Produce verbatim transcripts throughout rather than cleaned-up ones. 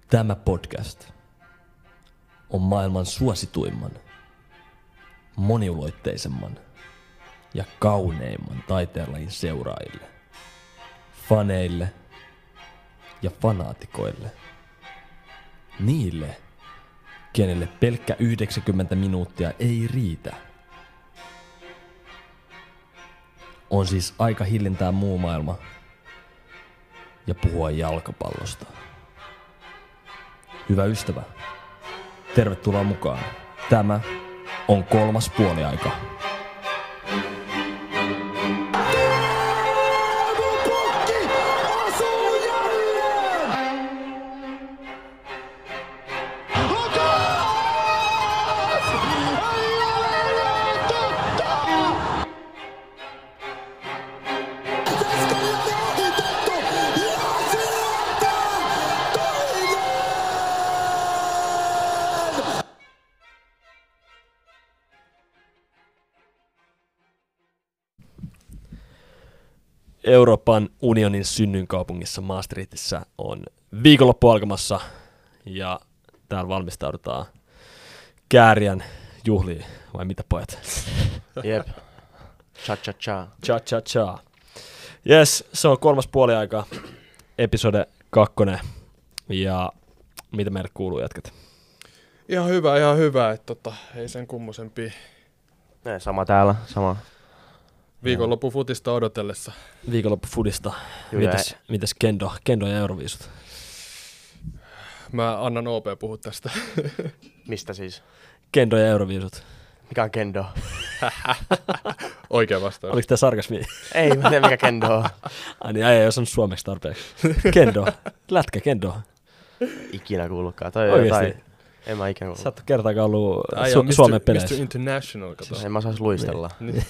Tämä podcast on maailman suosituimman, moniuloitteisemman ja kauneimman taiteenlajin seuraajille, faneille ja fanaatikoille. Niille, kenelle pelkkä yhdeksänkymmentä minuuttia ei riitä. On siis aika hillintää muu maailma ja puhua jalkapallosta. Hyvä ystävä, tervetuloa mukaan. Tämä on kolmas puoliaika. Euroopan unionin synnyinkaupungissa Maastrichtissa on viikonloppu alkamassa ja täällä valmistaudutaan Kääriän juhliin, vai mitä pojat? Jep. Cha cha cha. Cha cha cha. Yes, se on kolmas puoliaika, episode kakkonen ja mitä meille kuuluu jätkät? Ihan hyvä, ihan hyvä, että tota, ei sen kummosempia. Ne, sama täällä, sama. Viikonloppu futista odotellessa. Viikonloppu fudista. Kyllä. Mitäs, mitäs Kendo, Kendo ja Euroviisut? Mä annan O P puhua tästä. Mistä siis? Kendo ja Euroviisut. Mikä on kendo? Oikea vastaus. Oliko tää sarkasmi? Ei, mä tiedän mikä kendo on. Ai niin, ei osannut suomeksi tarpeeksi. Kendo, lätkä kendo. Ikinä kuullutkaan. Toi on Oikeesti? jotain. En mä ikinä Sä kuullut. oot kertaakaan ollut Ai Su- joo, Suomen mister peleissä. mister International, kato. En mä sais luistella. Niin.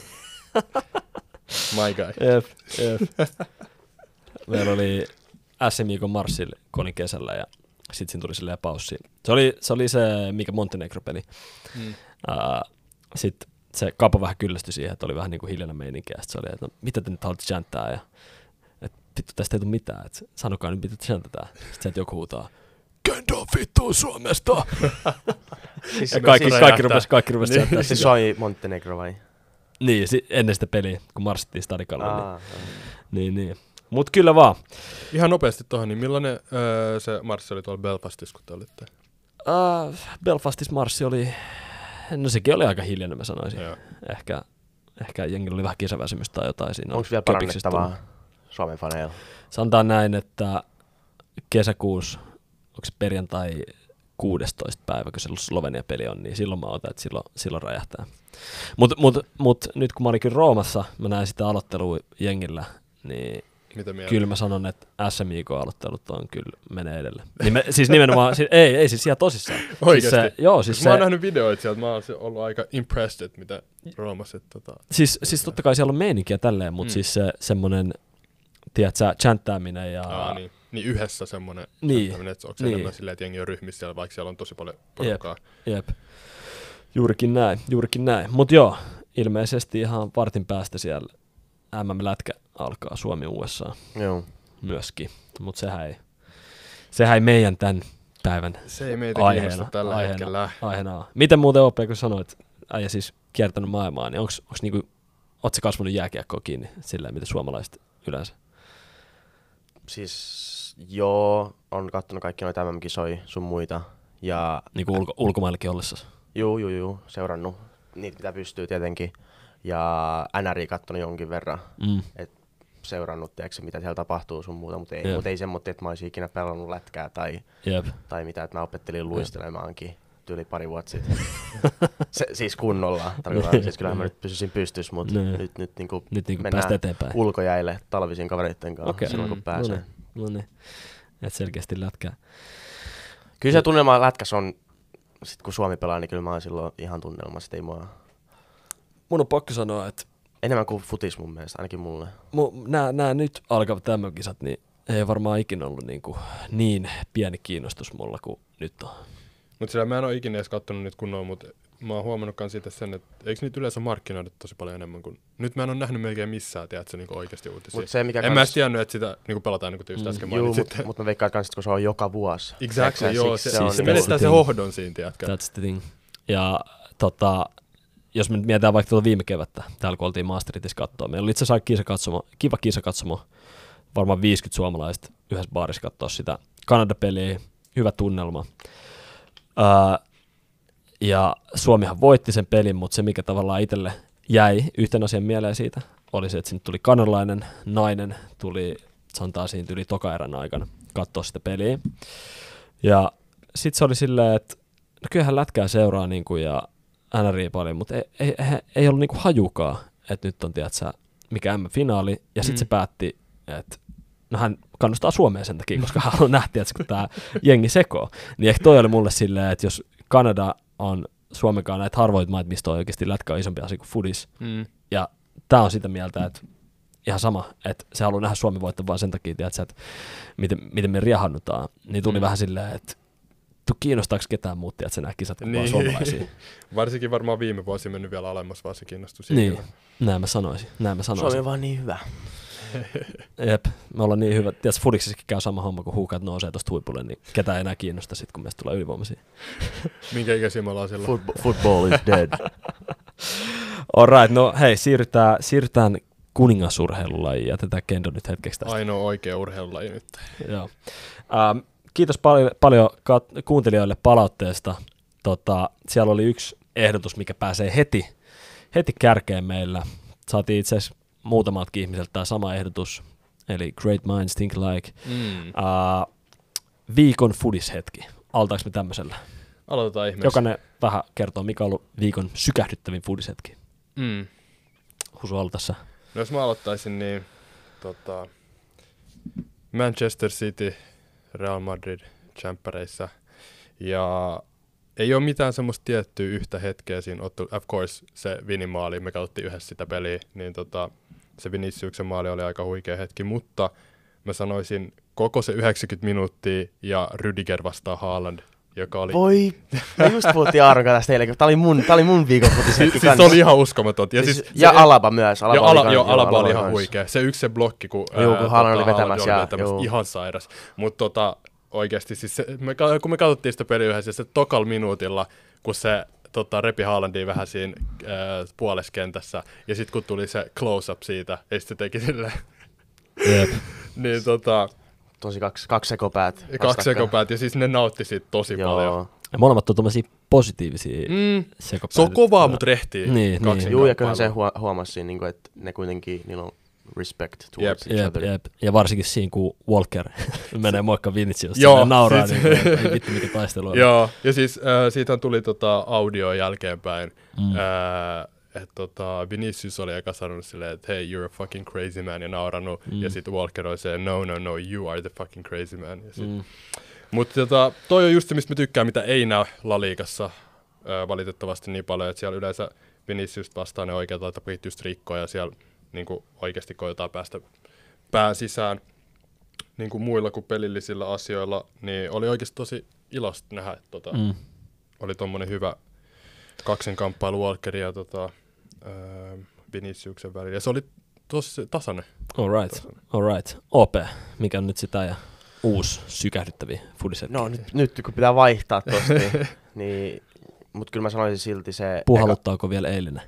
My guy. Jep, jep. Meillä oli S M I-kon marssilla, kun olin kesällä ja sit siinä tuli silleen paussi. Se oli se, oli se mikä Montenegro-peli. Mm. Uh, sitten se Kapo vähän kyllästyi siihen, että oli vähän niin kuin hiljainen meininki. Ja sit se oli, että no, mitä te nyt haluatte chanttää? Ja että vittu tästä ei tule mitään, että sanokaa nyt mitä te chanttataan. Sitten sieltä joku huutaa, Kendo vittu Suomesta! Siis, Ja kaikki, siis, kaikki rupesi kaikki rupesi Niin. chanttää siis sitä. soi Montenegro vai? Niin, si- ennen sitä peliä, kun marssittiin Stadikalla. Niin, Aa, niin, niin. Mut kyllä vaan. Ihan nopeasti tohon, niin millainen öö, se marssi oli tuolla Belfastissa, kun te olitte? Uh, Belfastissa marssi oli, no sekin oli aika hiljainen mä sanoisin. Joo. Ehkä, ehkä jengillä oli vähän kesäväsymystä tai jotain siinä. onks vielä kepiksistä parannettavaa Suomen faneilla? Sanotaan näin, että kesäkuussa, onko se perjantai kuudestoista päivä, kun se Slovenia-peli on, niin silloin mä otan, että silloin, silloin räjähtää. Mutta mut, mut, nyt kun mä olin kyllä Roomassa, mä näin sitä aloittelua jengillä, niin Mitä mieltä? kyllä mä sanon, että S M I K-aloittelut on kyllä menee edelle. Nime, siis nimenomaan, siis, ei, ei siis ihan tosissaan. Oikeesti? Siis se, joo, siis Siis mä oon se, nähnyt videoita sieltä, mä oon ollut aika impressed, että mitä Roomassa, että tota... siis, siis totta kai siellä on meininkiä tälleen, mutta Mm. mm. siis se semmonen, tiedätkö sä, chanttaaminen ja... Aa, niin. niin yhdessä semmonen, Niin. semmonen, että onko se Niin. enemmän silleen, että jengi on ryhmissä siellä, vaikka siellä on tosi paljon porukkaa. Jep, juurikin näin, juurikin näin. Mut joo, ilmeisesti ihan vartin päästä siellä M M-lätkä alkaa Suomi-U S A Joo. myöskin, mut sehän ei, sehän ei meidän tämän päivän Se ei meitä aiheena, kiinnosta tällä aiheena, hetkellä. aiheena ole. Miten muuten O P, kun sanoit, äijä siis kiertänyt maailmaa, niin onks, onks niinku, oot sä kasvanut jääkiekkoa kiinni silleen, mitä suomalaiset yleensä? Siis joo, on kattonut kaikki noita M M-kisoja sun muita. Ja Niinku ulko, ulkomaillekin ollessa. juu, juu, juu, seurannut niitä mitä pystyy tietenkin. Ja N R I kattonut jonkin verran. Mm. Seurannut, tiedätkö, mitä siellä tapahtuu sun muuta, mutta ei, Jep. mut ei semmoinen, että mä olisin ikinä pelannut lätkää tai, Jep. tai mitä, että mä opettelin luistelemaankin tyyli pari vuotta sitten. Se, siis kunnolla, tarkoitan, siis kyllähän mä nyt pysyisin pystyssä, mutta Niin. nyt, nyt niinku Nyt niinku mennään päästä eteenpäin. ulkojäille talvisiin kavereitten kanssa Okei. silloin, kun pääsee. No niin, no niin. Et selkeästi lätkää. Kyllä se tunnelma lätkässä on, sit kun Suomi pelaa, niin kyllä mä oon silloin ihan tunnelmassa, ei mua Mun on pakko sanoa, että enemmän kuin futis mun mielestä, ainakin mulle. nämä, nämä nyt alkavat tämän kisat, niin ei varmaan ikinä ollut niinku niin pieni kiinnostus mulla kuin nyt on. Mut sillä mä en oo ikinä edes kattonut nyt kunnolla, mut mä oon huomannut kans itse sen, että eikö niitä yleensä markkinoida tosi paljon enemmän kuin... Nyt mä en ole nähnyt melkein missään, tiedätkö, niin oikeasti uutisia. Mut se, mikä en kans... mä edes tiennyt, että sitä niin pelataan, niin kuin just äsken mm, Juu, mainitsit. mutta mut mä veikkaan kans, kun se on joka vuosi. Exactly, se, joo. se, Se, se, on se niinku- menettää se hohdon siinä, tiedätkö. That's the thing. Ja tota, jos me nyt mietitään vaikka tuota viime kevättä, täällä kun oltiin Masteritissä katsoa, meillä oli itse asiassa kisakatsomo, kiva kisakatsomo, varmaan viisikymmentä suomalaista yhdessä baarissa katsoa sitä Kanada-peliä, hyvä tunnelma. Uh, ja Suomihan voitti sen pelin, mutta se mikä tavallaan itselle jäi yhten asian mieleen siitä, oli se, että sinne tuli kanadalainen nainen, tuli sanotaan siinä yli toka erän aikana katsoa sitä peliä. Ja sitten se oli silleen, että no kyllähän lätkää seuraa niinku ja N R I paljon, mutta ei, ei, ei, ei ollut niinku hajukaan, että nyt on tiedätkö, mikä M-finaali. Ja sitten mm. se päätti, että no hän kannustaa Suomeen sen takia, koska hän haluaa nähdä, että kun tämä jengi sekoo. Niin ehkä toi oli mulle silleen, että jos Kanada on Suomenkaan näitä harvoita maita, mistä on oikeasti lätkä on isompi asia kuin fudis. Mm. Ja tämä on sitä mieltä, että ihan sama, että se haluaa nähdä Suomi voittaa vaan sen takia, tiedätkö, että miten, miten me riehannutaan. Niin tuli mm. vähän silleen, että kiinnostaako ketään muut, että sä nämä kisat kuin niin. vaan suomalaisia. Varsinkin varmaan viime vuosi mennyt vielä alemmas, vaan se kiinnostus. Niin, näin mä sanoisin. Näin mä sanoisin. Suomi on vaan niin hyvä. Jep, me ollaan niin hyvä. Tiedätkö, fudiksessakin käy sama homma, kun huukat nousee tosta huipulle, niin ketään ei enää kiinnosta sit, kun meistä tulee ylivoimaisia. Minkä ikäisiä me ollaan siellä? Football, football is dead. Alright, no hei, siirrytään, siirrytään kuningasurheilulajiin ja tätä Kendo nyt hetkeksi tästä. Ainoa oikea urheilulaji nyt. Joo. Ähm, kiitos paljon, paljon kat- kuuntelijoille palautteesta. Tota, siellä oli yksi ehdotus, mikä pääsee heti, heti kärkeen meillä. Saatiin itse asiassa muutamaltakin ihmiseltä tämä sama ehdotus, eli Great Minds Think Alike. Mm. Uh, viikon fudishetki. Altaanko me tämmöisellä? Aloitetaan ihmeessä. Jokainen vähän kertoo, mikä on ollut viikon sykähdyttävin fudishetki. Mm. Husu, aloitassa. No jos mä aloittaisin, niin tota, Manchester City, Real Madrid tsemppäreissä. Ja ei ole mitään semmoista tiettyä yhtä hetkeä siinä ottelussa. Of course, se Vinin maali, me katsottiin yhdessä sitä peliä, niin tota, se Viniciuksen maali oli aika huikea hetki, mutta mä sanoisin koko se yhdeksänkymmentä minuuttia ja Rüdiger vastaan Haaland, joka oli... Voi, me just puhuttiin Aaron kanssa teille, tää oli mun, tää oli mun viikon futishetki siis se oli ihan uskomaton. Ja, siis, siis ja se, Alaba myös. Alaba jo, oli, ala, jo, Alaba Alaba oli ihan huikea. Se yksi se blokki, kun joo, kun Haaland oli vetämässä. Ja, ihan sairas. Mutta tota, oikeasti, siis se, me, kun me katsottiin sitä peliä yhdessä, se tokal minuutilla, kun se tota, repi Haalandia vähän siinä äh, puolessa kentässä, ja sitten kun tuli se close-up siitä, ja sitten se teki silleen. Yep. niin tota... Tosi kaksi, kaksi sekopäät. Kaksi sekopäät, ja siis ne nautti siitä tosi joo. paljon. Ja molemmat on tommosia positiivisia mm. sekopäitä. Se on kovaa, mutta rehtii. Niin, niin. Juu, ja kyllähän se huomasi siinä, että ne kuitenkin, niillä on respect towards jep, each other. Jep. Ja varsinkin siinä, kun Walker menee moikka Vinicius, ja nauraa, siis, niin kuin, ei vittu mikä taistelu on. Joo, ja siis äh, siitä tuli tota, audio jälkeenpäin, mm. äh, että tota, Vinicius oli eka sanonut silleen, että hey, you're a fucking crazy man, ja nauranut, mm. ja sitten Walker oli se, no, no, no, you are the fucking crazy man. Ja sit, mm. Mutta tota, toi on just se, mistä mä tykkään, mitä ei näy La Ligassa äh, valitettavasti niin paljon, että siellä yleensä Vinicius vastaan ne oikeat tapit just rikkoa, ja siellä niin kuin oikeasti koetaan päästä pään sisään niin kuin muilla kuin pelillisillä asioilla, niin oli oikeasti tosi ilosta nähdä, että tota, mm. oli tommonen hyvä kaksinkamppailu Walkerin ja tota, äh, Viniciuksen välillä. Ja se oli tosi tasainen. All right, all right. O P, mikä on nyt sitä ja uusi sykähdyttäviä foodisetki? No nyt, nyt kun pitää vaihtaa tosta, niin, niin mutta kyllä mä sanoisin silti se... Puhalluttaako eka... vielä eilinen?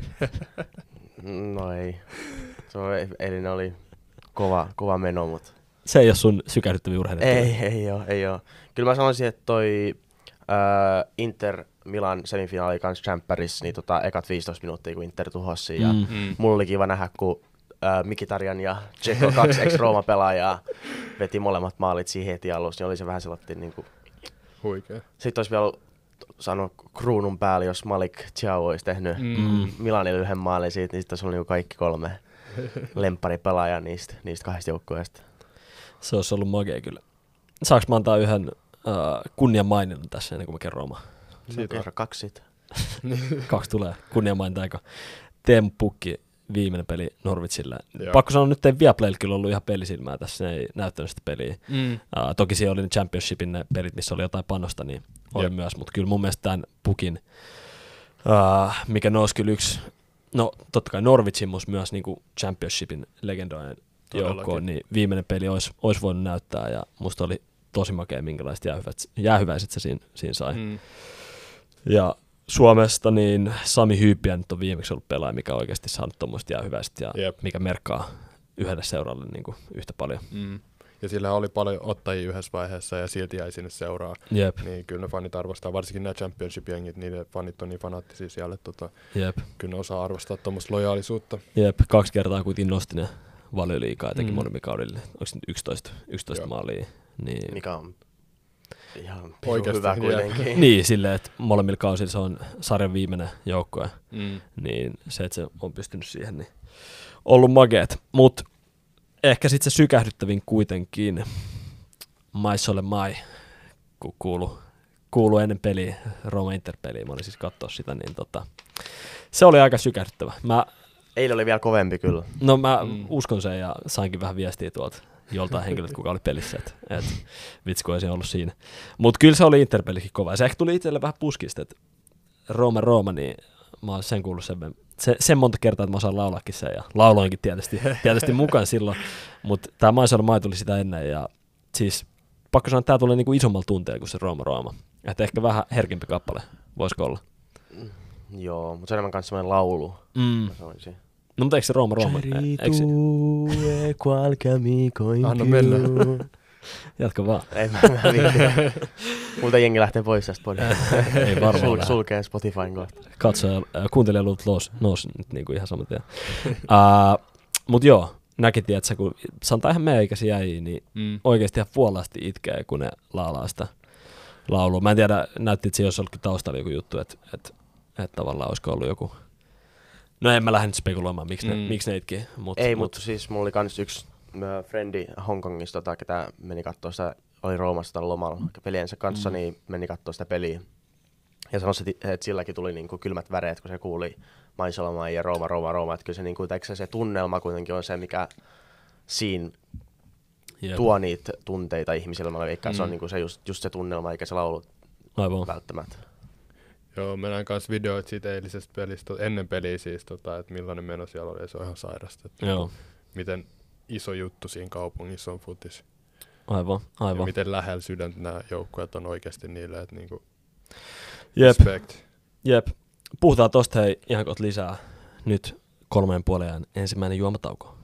No ei. Se on, eilinen oli kova, kova meno, mutta... Se ei ole sun sykähdyttäviä urheilijoita? Ei, ei oo, ei oo. Kyllä mä sanoisin, että toi äh, Inter Milan semifinaali kanssa Champerissa, niin tota, ekat viisitoista minuuttia, kun Inter tuhosi. Ja mm. mulla oli kiva nähdä, kun äh, Mkhitaryan ja Dzeko, kaksi ex-Rooma-pelaajaa, veti molemmat maalit siihen heti alussa, niin oli se vähän sellainen niin kuin... Huikea. Sitten olisi vielä sanonut kruunun päälle, jos Malik Thiaw olisi tehnyt mm. Milanille yhden maalin siitä, niin sitten olisi ollut kaikki kolme lempparipelaajaa niistä, niistä kahdesta joukkueesta. Se olisi ollut magea kyllä. Saanko mä antaa yhden uh, kunnian maininnan tässä ennen kuin mä kerron omaa? No, kerro kaksi siitä. Kaksi tulee. Kunnian maininta aika. Teemu Pukki, viimeinen peli Norwichille. Pakko sanoa, nyt ei Viaplaylla kyllä ollut ihan pelisilmää tässä, ne ei näyttänyt sitä peliä. Mm. Uh, toki siellä oli ne Championshipin ne pelit, missä oli jotain panosta, niin oli Jep. myös. Mutta kyllä mun mielestä tämän Pukin uh, mikä nousi kyllä yksi, no totta kai Norwichin myös niin kuin Championshipin legendoinen joukkoon, niin viimeinen peli olisi, olisi voinut näyttää, ja musta oli tosi makea, minkälaiset jäähyväiset, jäähyväiset se siinä, siinä sai. Mm. Ja Suomesta niin Sami Hyypiä nyt on viimeksi ollut pelaaja, mikä on oikeasti saanut tuommoista jäähyväiset, ja yep. mikä merkkaa yhdelle seuralle niin kuin yhtä paljon. Mm. Ja sillä oli paljon ottajia yhdessä vaiheessa ja silti jäi sinne seuraa. Jep. Niin kyllä ne fanit arvostaa, varsinkin nämä Championship-jengit, niiden fanit on niin fanaattisia siellä, että tota, kyllä ne osaa arvostaa tuommoista lojaalisuutta. Jep, kaksi kertaa kuitenkin nosti ne Valioliigaa ja teki mm. molemmilla kaudille. Onko se nyt yksitoista, yksitoista maalia? Niin. Mikä on ihan oikeasti hyvä kuitenkin. Niin, silleen, että molemmilla kausilla se on sarjan viimeinen joukkue. Mm. Niin se, että se on pystynyt siihen, niin ollut mageet. Mutta ehkä sitten se sykähdyttävin kuitenkin Maisolle Mai, kun kuulu, kuulu ennen peliä, Roma Inter-peliä, mä olin siis katsoa sitä, niin tota, se oli aika sykähdyttävä. Mä, Eilen oli vielä kovempi kyllä. No mä mm. uskon sen ja sainkin vähän viestiä tuolta joltain henkilöltä, kuka oli pelissä, että et, vitsi kun ei ollut siinä. Mutta kyllä se oli Inter-pelikin kova, ja se ehkä tuli itselle vähän puskista, että Rooma Rooma, niin mä oon sen kuullut sen, se, sen monta kertaa, että mä osaan laulaakin sen, ja lauloinkin tietysti, tietysti mukaan silloin, mutta tämä Maisolle Mai tuli sitä ennen, ja siis pakko sanoa, että tämä tulee niinku isommalla tunteella kuin se Rooma Rooma, että ehkä vähän herkempi kappale, voisiko olla? Mm, joo, mutta se on enemmän kanssa semmoinen laulu, mm. mä sanoisin. No mutta eikö se Rooma Rooma? Anna mennä. Jatka vaan. Ei mä, mä viittiä. Multa jengi lähtee pois tästä podcastista. Ei varmaan Sul, sulkee Spotifyn kohta. Katsoja, kuuntelijaluut nousi nyt niinku ihan saman tien. uh, mut joo, näkin tiedätkö, kun sanotaan ihan meidän ikäisiä jäjiä, niin mm. oikeasti ihan puolasti itkee, kun ne laulaa sitä laulua. Mä en tiedä, näytti, että se olisi ollutkin taustalla joku juttu, että et, et tavallaan olisiko ollut joku. No en mä lähde nyt spekuloimaan, miksi, mm. ne, miksi ne itkii. Mut, Ei, mut mutta siis mulla oli kans yksi frendi Hongkongista, tota, ketä meni kattoo sitä, oli Roomassa lomalla peliensä kanssa, mm. niin meni kattoo sitä peliä. Ja sanoi, että silläkin tuli niinku kylmät väreet, kun se kuuli Maisolle Mai ja Rooma, Rooma, Rooma. Että kyllä se, niinku, se, se tunnelma kuitenkin on se, mikä siinä Jep. tuo niitä tunteita ihmisille. Mä veikkaan, mm. se on niinku se just, just se tunnelma, eikä se laulu Aivan. välttämättä. Joo, mä näin kanssa videoita siitä eilisestä pelistä, ennen peliä siis, tota, että millainen meno siellä oli, ja se on ihan sairasta. Joo. Miten iso juttu siinä kaupungissa on futis. Aivan, aivan. Ja miten lähellä sydäntä nämä joukkueet on oikeasti niille, että niinku Jep. respect. Jep. Puhutaan tosta hei ihan kohta lisää. Nyt kolmeen puoleen ensimmäinen juomatauko.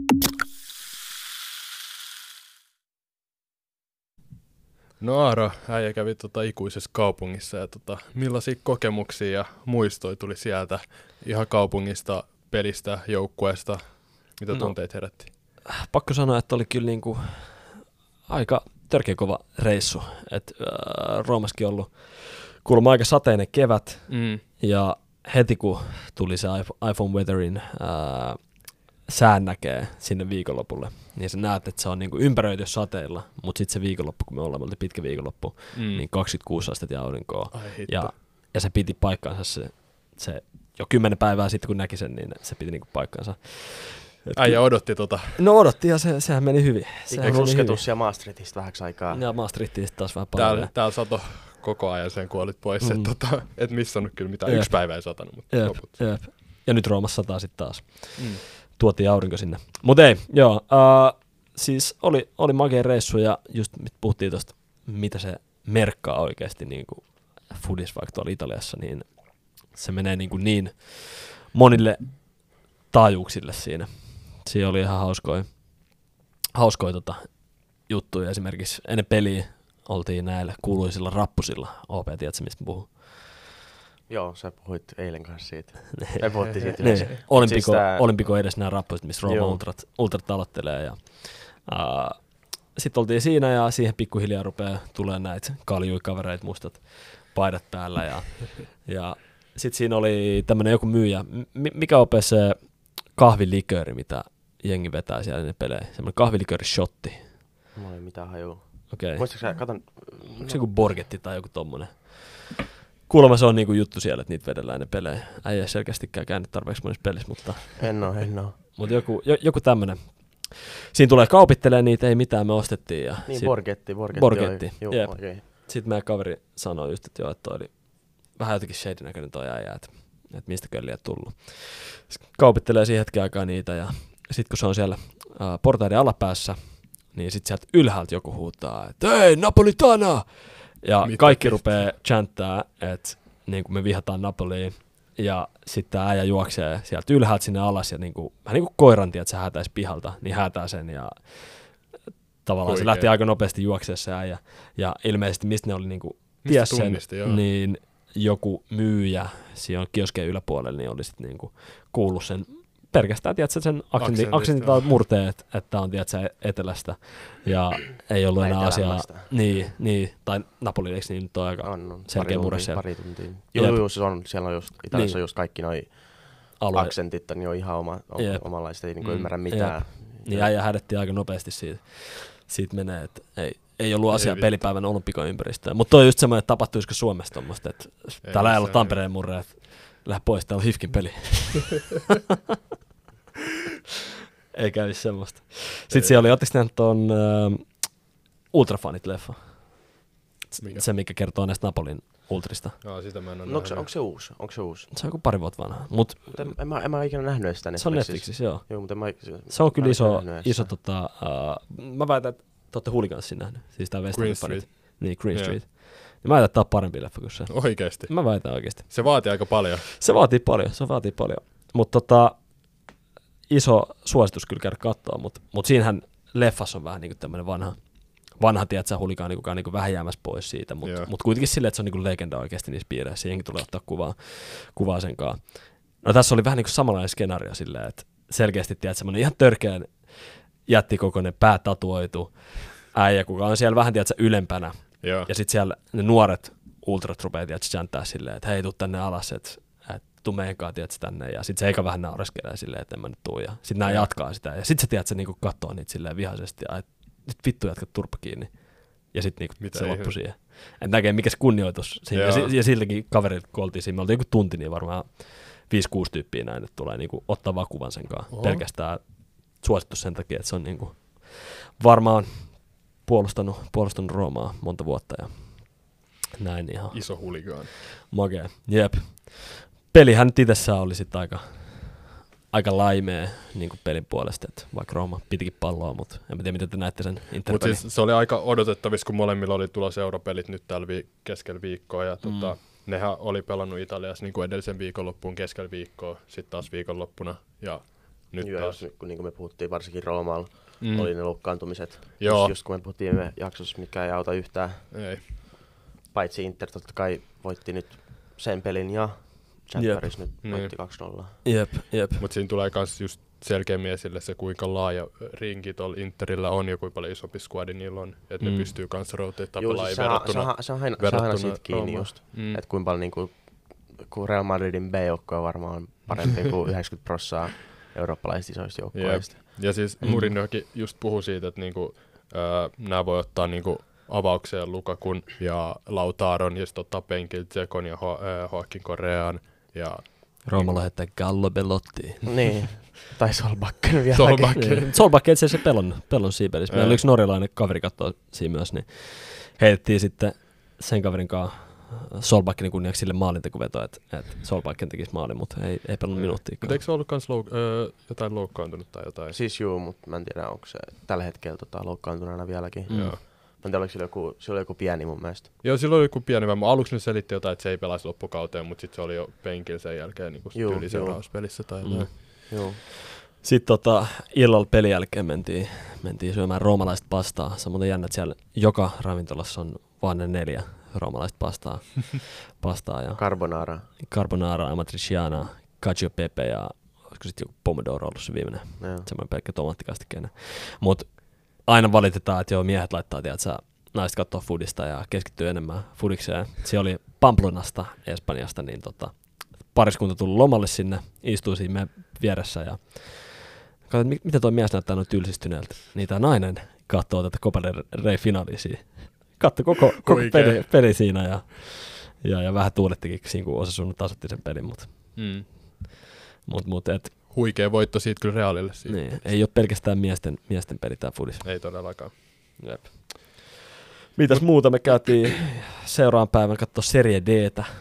No Aaro, äijä kävi tota ikuisessa kaupungissa ja tota, millaisia kokemuksia ja muistoja tuli sieltä ihan kaupungista, pelistä, joukkueesta? Mitä no, tunteet herätti? Pakko sanoa, että oli kyllä niinku aika törkeä kova reissu. Et, äh, Roomaskin ollut kuulemma aika sateinen kevät mm. ja heti kun tuli se iPhone Weatherin äh, sään näkee sinne viikonlopulle, niin sä näet, että se on niinku ympäröity sateilla, mutta sitten se viikonloppu, kun me ollaan, me oltiin pitkä viikonloppu, mm. niin kaksikymmentäkuusi astetta ja aurinkoa. Ja, ja se piti paikkaansa se, se jo kymmenen päivää sitten, kun näki sen, niin se piti niinku paikkaansa. Äijä odotti tota. No odotti ja se, sehän meni hyvin. Sehän meni rusketus ja Maastrichtista vähäksi aikaa. Ja Maastrichtista taas vähän paljon. Täällä, täällä sato koko ajan sen kuolit pois, mm. että tota, et missannut kyllä mitään. Jep. Yksi päivä ei satanut, mutta jep, loput. Jep. Ja nyt Roomassa sataa sitten taas. Mm. Tuotiin aurinko sinne. Mutta ei, joo. Uh, siis oli, oli makea reissu ja just puhuttiin tuosta, mitä se merkkaa oikeasti niin kuin foodis vaikka tuolla Italiassa, niin se menee niin, kuin niin monille taajuuksille siinä. Siinä oli ihan hauskoja, hauskoja tota, juttuja. Esimerkiksi ennen peliä oltiin näillä kuuluisilla rappusilla. O P, tiedätkö mistä puhun? Joo, sä puhuit eilen kanssa siitä. Me puhuttiin siitä yhdessä. Olympiko, siis tää... Olympiko edes nämä rappusit, missä Rooma Ultrat, Ultrat aloittelee. Ja, uh, sitten oltiin siinä ja siihen pikkuhiljaa rupeaa tulemaan näitä kaljuikavereita, mustat paidat päällä. Ja, ja sitten siinä oli tämmöinen joku myyjä. M- mikä on se kahvilikööri, mitä jengi vetää siellä ennen pelejä? Semmoinen kahvilikööri-shotti. Mulla ei mitään hajua. Okei. Muistatko sä, katon... Onko se joku Borgetti tai joku tommonen? Kuulemma se on niinku juttu siellä, että niitä vedellään ennen pelejä. Äijä ei selkeästikään käynyt tarpeeksi monissa pelissä, mutta... En oo, en oo. Mutta joku, joku tämmönen. Siinä tulee kaupittelee niitä, ei mitään, me ostettiin. Ja niin, sit... Borgetti, Borgetti. Borgetti, Juu, jep. Okay. Sitten meidän kaveri sanoi just, että joo, että toi oli vähän jotenkin shady näköinen toi äijä, että et mistä liian tullut. Kaupittelee siihen hetken aikaa niitä ja sitten kun se on siellä uh, portaiden alapäässä, niin sitten sieltä ylhäältä joku huutaa, että hei, Napolitana! Ja mitä kaikki rupeaa chanttää, että niin kuin me vihataan Napoliin. Ja sitten tämä äijä juoksee sieltä ylhäältä sinne alas ja niin kuin, vähän niin kuin koiran, että se häätäisi pihalta, niin häätää sen ja tavallaan Oikein. Se lähti aika nopeasti juoksemaan se äijä. Ja ilmeisesti mistä ne oli niin kuin ties sen, tunnisti, niin joku myyjä siinä kioskeen yläpuolella niin oli sitten niin kuin kuullut sen pelkästään tiedätkö, sen aksentin, aksentin murteen, että, että on tiedätkö, etelästä ja ei ollut enää asiaa. Niin, niin, tai Napoli, eikö niin nyt on aika on, on, selkeä murre siellä. Pari tuntia. Joo, joo, se on, siellä on just, Italiassa niin. on just kaikki noi Alue. aksentit, niin on ihan oma, omanlaista, ei niin mm. ymmärrä mitään. Jep. Niin äijä hädettiin aika nopeasti siitä, siitä menee, että ei, ei ollut asiaa ei pelipäivän olympikoympäristöön. Mutta toi on just semmoinen, että tapahtuisiko Suomessa tommoista, että ei täällä ei ollut Tampereen murre, että lähde pois, täällä on Hifkin peli. Ei kävisi semmoista. Sitten siellä oli, ootteko nähnyt tuon uh, Ultrafanit-leffa? Mikä? Se, mikä kertoo näistä Napolin ultrista. Aa, sitä mä en ole no, onko, se, onko se uusi? Onko se uusi? Se on joku pari vuotta vanha. Mut, Mut en, en, mä, en mä ikinä nähnyt sitä Netflixissä. Se on Netflixissä, joo. joo mutta mä, se, se on kyllä iso, iso tota, uh, mä väitän, että te ootte Hooligansin nähnyt. Siis tää Green Street. Niin, Green yeah. Street. Ja mä väitän, että tää on parempi leffa kuin se. Oikeesti? Mä väitän oikeesti. Se vaatii aika paljon. Se vaatii paljon, se vaatii paljon. Mutta tota, iso suositus kyllä käydä katsoa, mutta mut siinähän leffassa on vähän niinku tämmönen vanha, vanha tiedätkö, huligaani, kuka on niinku vähän jäämässä pois siitä, mutta mut kuitenkin silleen, että se on niinku legenda oikeasti niissä piireissä, siihenkin tulee ottaa kuvaa, kuvaa senkaan. No tässä oli vähän niinku samanlainen skenaario silleen, että selkeästi tiedät semmoinen ihan törkeän jättikokoinen päätatuoitu äijä, kuka on siellä vähän tiedätkö, ylempänä, Joo. ja sitten siellä ne nuoret ultrat rupeaa tiedätkö, chanttää silleen, että hei, tuu tänne alas, että tuu meidänkaan, tiedätkö, tänne, ja sit se eikä vähän naureskelee silleen, että en mä nyt tuu, ja sit nää jatkaa sitä, ja sit sä tiedät, että se niinku kattoo niitä silleen vihaisesti, ja et, nyt vittu jatkat turpa kiinni, ja sit niinku Mitä se loppui siihen. En näkee, mikä se kunnioitus siinä, ja, ja, ja siltäkin kaverit, kun oltiin siinä, me oltiin joku tunti, niin varmaan viisi kuusi tyyppiä näin, että tulee niinku ottaa vaan kuvan senkaan, Oho. pelkästään suosittu sen takia, että se on niinku varmaan puolustanut, puolustanut Roomaa monta vuotta, ja näin ihan. Iso huligaan. Makea, jep. Pelihän nyt itsessään oli sitten aika, aika laimea niin kuin pelin puolesta, että vaikka Rooma pitikin palloa, mutta en tiedä, miten te näette sen Interpelin. Mutta siis se oli aika odotettavissa, kun molemmilla oli tulossa europelit nyt täällä vi- keskellä viikkoa, ja mm. tota, nehän oli pelannut Italiassa niin kuin edellisen viikonloppuun keskellä viikkoa, sitten taas viikonloppuna, ja nyt Joo, taas. Jos, kun niin kuin me puhuttiin varsinkin Roomalla, mm. oli ne loukkaantumiset, Joo. Just, just kun me puhuttiin viime jaksossa, mikä ei auta yhtään, ei. paitsi Inter totta kai voitti nyt sen pelin, ja Champeris nyt voitti niin. kaksi nolla. Jep, jep. Mutta siinä tulee myös just selkeämmin esille se, kuinka laaja rinki tuolla Interillä on ja kuinka paljon isompi squadi niillä on. Että mm. ne pystyy kanssa roteettaa pelaa siis verrattuna Se on, se on aina, se on aina siitä kiinni just. Mm. Että kuinka paljon niinku, kun Real Madridin B-joukkoja varmaan on parempi kuin yhdeksänkymmentä prosenttia eurooppalaisista isoista joukkoista. Ja siis mm. Mourinhokin just puhui siitä, että niinku, äh, nämä voi ottaa niinku avaukseen Lukakun ja Lautaron ja sitten ottaa penkiltä Tsekon ja Ho- äh, Joaquin Correan. Ja Rooma lähettää Gallo Bellottiin. Niin, tai Solbakken vieläkin. Solbakken. Solbakken itse asiassa pelon, pelon siipelissä. Meillä oli yksi norjalainen kaveri katsoa siinä myös, niin heitettiin sitten sen kaverin kanssa Solbakkenin kunniaksi sille maalintekuvetoa, että, että Solbakken tekisi maalin, mutta ei, ei pelannut minuuttia. Mutta eikö se ollut kans louk- öö, jotain loukkaantunut tai jotain? Siis juu, mutta mä en tiedä, onko se tällä hetkellä tota, loukkaantuneena vieläkin. Mm. Joo. Mä en tiedä, oliko sillä joku, sillä oli joku pieni mun mielestä. Joo, sillä oli joku pieni. Mä aluksi ne selitti jotain, että se ei pelaisi loppukauteen, mutta sitten se oli jo penkillä sen jälkeen niin tyyli seurauspelissä tai jotain. Mm. Joo. Sitten tota, illalla pelin jälkeen mentiin, mentiin syömään roomalaista pastaa. Se on muuten jännä, että siellä joka ravintolassa on vain ne neljä roomalaista pastaa. pastaa ja Carbonara. Carbonara, amatriciana, cacio pepe ja olisiko sitten joku pomodoro ollut se viimeinen. Semmoinen pelkkä tomaattikastikkeinen. Mutta aina valitetaan, että joo, miehet laittaa, tiedätkö, naiset katsoo foodista ja keskittyy enemmän foodikseen. Se oli Pamplonasta, Espanjasta, niin tota, pariskunta tuli lomalle sinne, istui siinä meidän vieressä ja katsoin, miten tuo mies näyttää noin tylsistyneeltä. Niin tämä nainen katsoo tätä Copa del Rey-finaalia siinä. Katso koko, koko peli, peli siinä ja, ja, ja vähän tuulettikin siinä, kun Osasuna tasoitti sen pelin. Mutta mm. mut, mut, et, huikea voitto siitä kyllä Realille. Siitä. Niin, ei ole pelkästään miesten, miesten peli tämä foodis. Ei todellakaan. Jep. Mitäs Mut, muuta me käytiin seuraavan päivän katsoa Serie D:tä.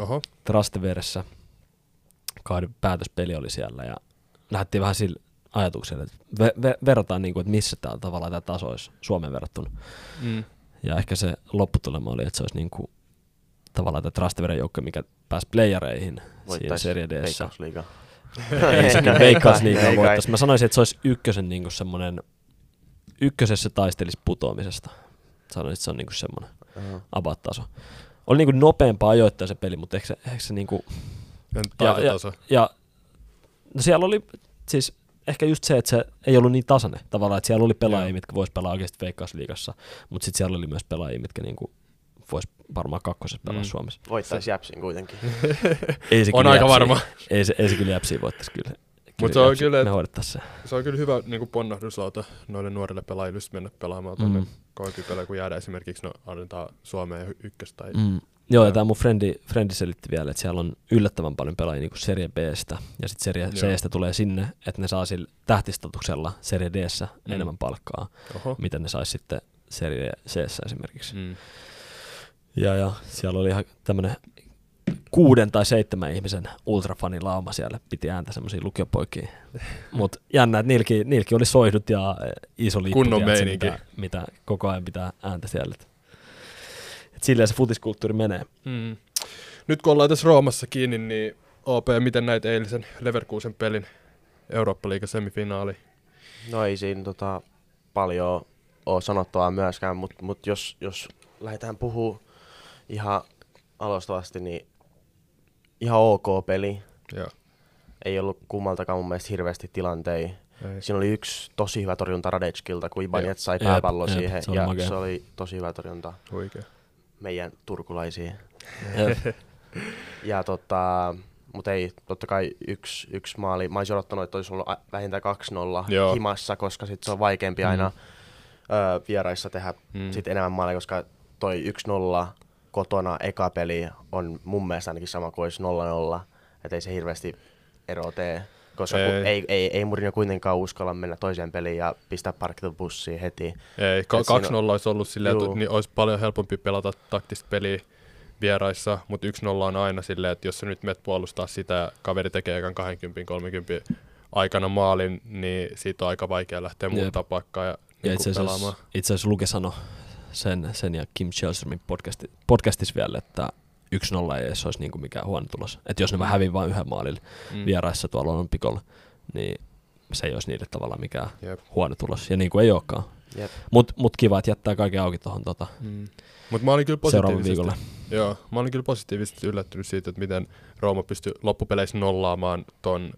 Oho. Trasteveressä. Kahden päätöspeli oli siellä ja lähdettiin vähän sillä ajatuksella, että ve- ve- verrataan, niin kuin, että missä tämä tavallaan tämä taso olisi Suomeen verrattuna. Mm. Ja ehkä se lopputulema oli, että se olisi niin kuin, tavallaan tämä Trasteveren joukko, mikä pääsi playereihin siinä Serie D:ssä. Veikkausliiga. Ei sekin Veikkausliigaa voittaisi. Mä sanoisin, että se olisi ykkösen niin kuin semmoinen, ykkösessä taistelisi putoamisesta. Sanoisin, että se on niin kuin semmoinen uh-huh. about-taso. Oli niin kuin nopeampaa ajoittaa se peli, mutta ehkä se, ehkä se niin kuin... Ja, ja, ja no siellä oli siis ehkä just se, että se ei ollut niin tasainen tavallaan, että siellä oli pelaajia, yeah. mitkä vois pelaa oikeasti Veikkausliigassa, mutta sitten siellä oli myös pelaajia, mitkä niinku vois varmaan kakkosessa pelaa mm. Suomessa. Voittaisi Jäpsin kuitenkin. Ei se on aika Jäpsiä, varma. Ei se, ei se kyllä Jäpsiä voittaisi kyllä. Mutta se on kyllä, me hoidettaisiin se. Se on kyllä hyvä niinku ponnahduslauta noille nuorille pelaajille just mennä pelaamaan tuonne mm. kovempi pelejä, kun jäädä esimerkiksi no, annetaan Suomeen ykkös tai... Mm. Joo, ja tämä mun frendi, frendi selitti vielä, että siellä on yllättävän paljon pelaajia niin kuin Serie B:stä, ja sitten Serie C:stä tulee sinne, että ne saa sillä tähtistatuksella Serie D:ssä mm. enemmän palkkaa, Oho. mitä ne saisi sitten Serie C:ssä esimerkiksi. Mm. Ja, ja siellä oli ihan tämmöinen kuuden tai seitsemän ihmisen ultrafanilauma siellä, piti ääntä semmoisia lukiopoikia. Mutta jännä, että niilläkin, niilläkin oli soihdut ja iso lippu, tiedätkö, mitä, mitä koko ajan pitää ääntä siellä. Silleen se futiskulttuuri menee. Mm. Nyt kun ollaan tässä Roomassa kiinni, niin O P, miten näit eilisen Leverkusen pelin Eurooppa-liigan semifinaali? No ei siinä tota, paljon ole sanottavaa myöskään, mutta mut jos, jos lähdetään puhumaan ihan alustavasti, niin ihan ok peli. Ja. Ei ollut kummaltakaan mun mielestä hirveästi tilanteita. Siinä oli yksi tosi hyvä torjunta Radetskilta, kun Ibanez sai pääpallon jep, siihen, jep, se ja se oli tosi hyvä torjunta. Oikein. Meidän turkulaisia. ja tota, mutta ei, totta kai yksi, yksi maali. Mä olisin odottanut, että olisi ollut vähintään kaksi nolla himassa, koska sit se on vaikeampi mm. aina ö, vieraissa tehdä mm. sit enemmän maaleja, koska toi yksi nolla kotona eka peli on mun mielestä ainakin sama kuin olisi nolla nolla. Että ei se hirveästi eroa tee. Koska ei, ei, ei, ei Mourinho kuitenkaan uskalla mennä toiseen peliin ja pistää parkitun bussiin heti. Ei, kaksi nolla olisi ollut silleen, että niin olisi paljon helpompi pelata taktista peliä vieraissa, mutta yksi nolla on aina silleen, että jos sä nyt menet puolustaa sitä ja kaveri tekee ekan kaksikymmentä kolmekymmentä aikana maalin, niin siitä on aika vaikea lähteä muuttaa paikkaa ja, ja niin pelaamaan. Itse asiassa Luke sanoi sen, sen ja Kim Chelsermin podcasti, podcastissa vielä, että yksi nolla ei edes olisi niinku mikään huono tulos. Että jos ne vähän hävii vain yhden maalille mm. vieraissa tuolla Olympikolla, niin se ei olisi niille tavallaan mikään Jep. huono tulos. Ja niin kuin ei olekaan. Mutta mut kiva, että jättää kaiken auki tuohon tota, mm. Mut mä olin kyllä positiivisesti, joo, mä olin kyllä positiivisesti yllättynyt siitä, että miten Rooma pystyi loppupeleissä nollaamaan ton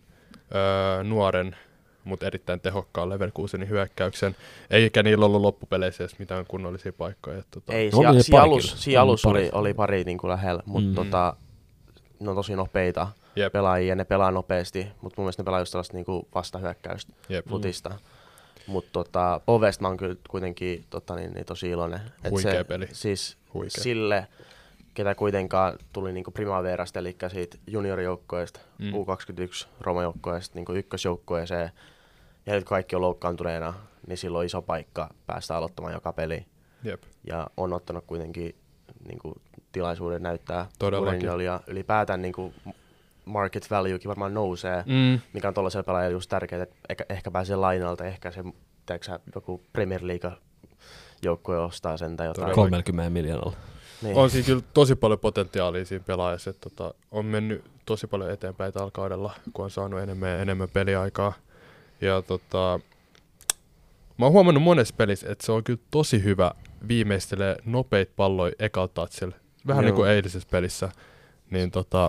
öö, nuoren, mutta erittäin tehokkaan Leverkusenin hyökkäyksen. Eikä niillä ollut loppupeleissä edes mitään kunnollisia paikkoja. Tota. Ei, no, siinä alus, si alus oli, oli pari niin kuin lähellä, mutta mm-hmm. tota, ne on tosi nopeita Jep. pelaajia ja ne pelaa nopeasti, mutta mun mielestä ne pelaa just tällaista niin kuin vastahyökkäystä Jep. futista. Mm. Mutta tota, Ovesta mä oon kyllä kuitenkin tota, niin, niin tosi iloinen. Huikea se, peli. Siis Huikea. Sille, ketä kuitenkaan tuli niin kuin Primaverasta, eli siitä juniorijoukkoista, mm. U kaksikymmentäyksi Roma-joukkoista, niin kuin ykkösjoukkoeseen, ja nyt kaikki on loukkaantuneena, niin silloin on iso paikka päästä aloittamaan joka peli. Jep. Ja on ottanut kuitenkin niin kuin, tilaisuuden näyttää Mourinholle ja ylipäätään niin kuin, market valuekin varmaan nousee, mm. mikä on tuollaisella pelaajalla just tärkeää, että ehkä, ehkä pääsee lainalta, ehkä se teeksä, joku Premier League-joukkue ostaa sen tai jotain. kolmekymmentä miljoonalla. Niin. On siinä kyllä tosi paljon potentiaalia siinä pelaajassa, että tota, on mennyt tosi paljon eteenpäin tällä kaudella, kun on saanut enemmän ja enemmän peliaikaa. Ja tota, mä oon huomannut monessa pelissä, että se on kyllä tosi hyvä viimeistelee nopeita palloja ekalla touchilla. Vähän Joo. niin kuin eilisessä pelissä. Niin tota,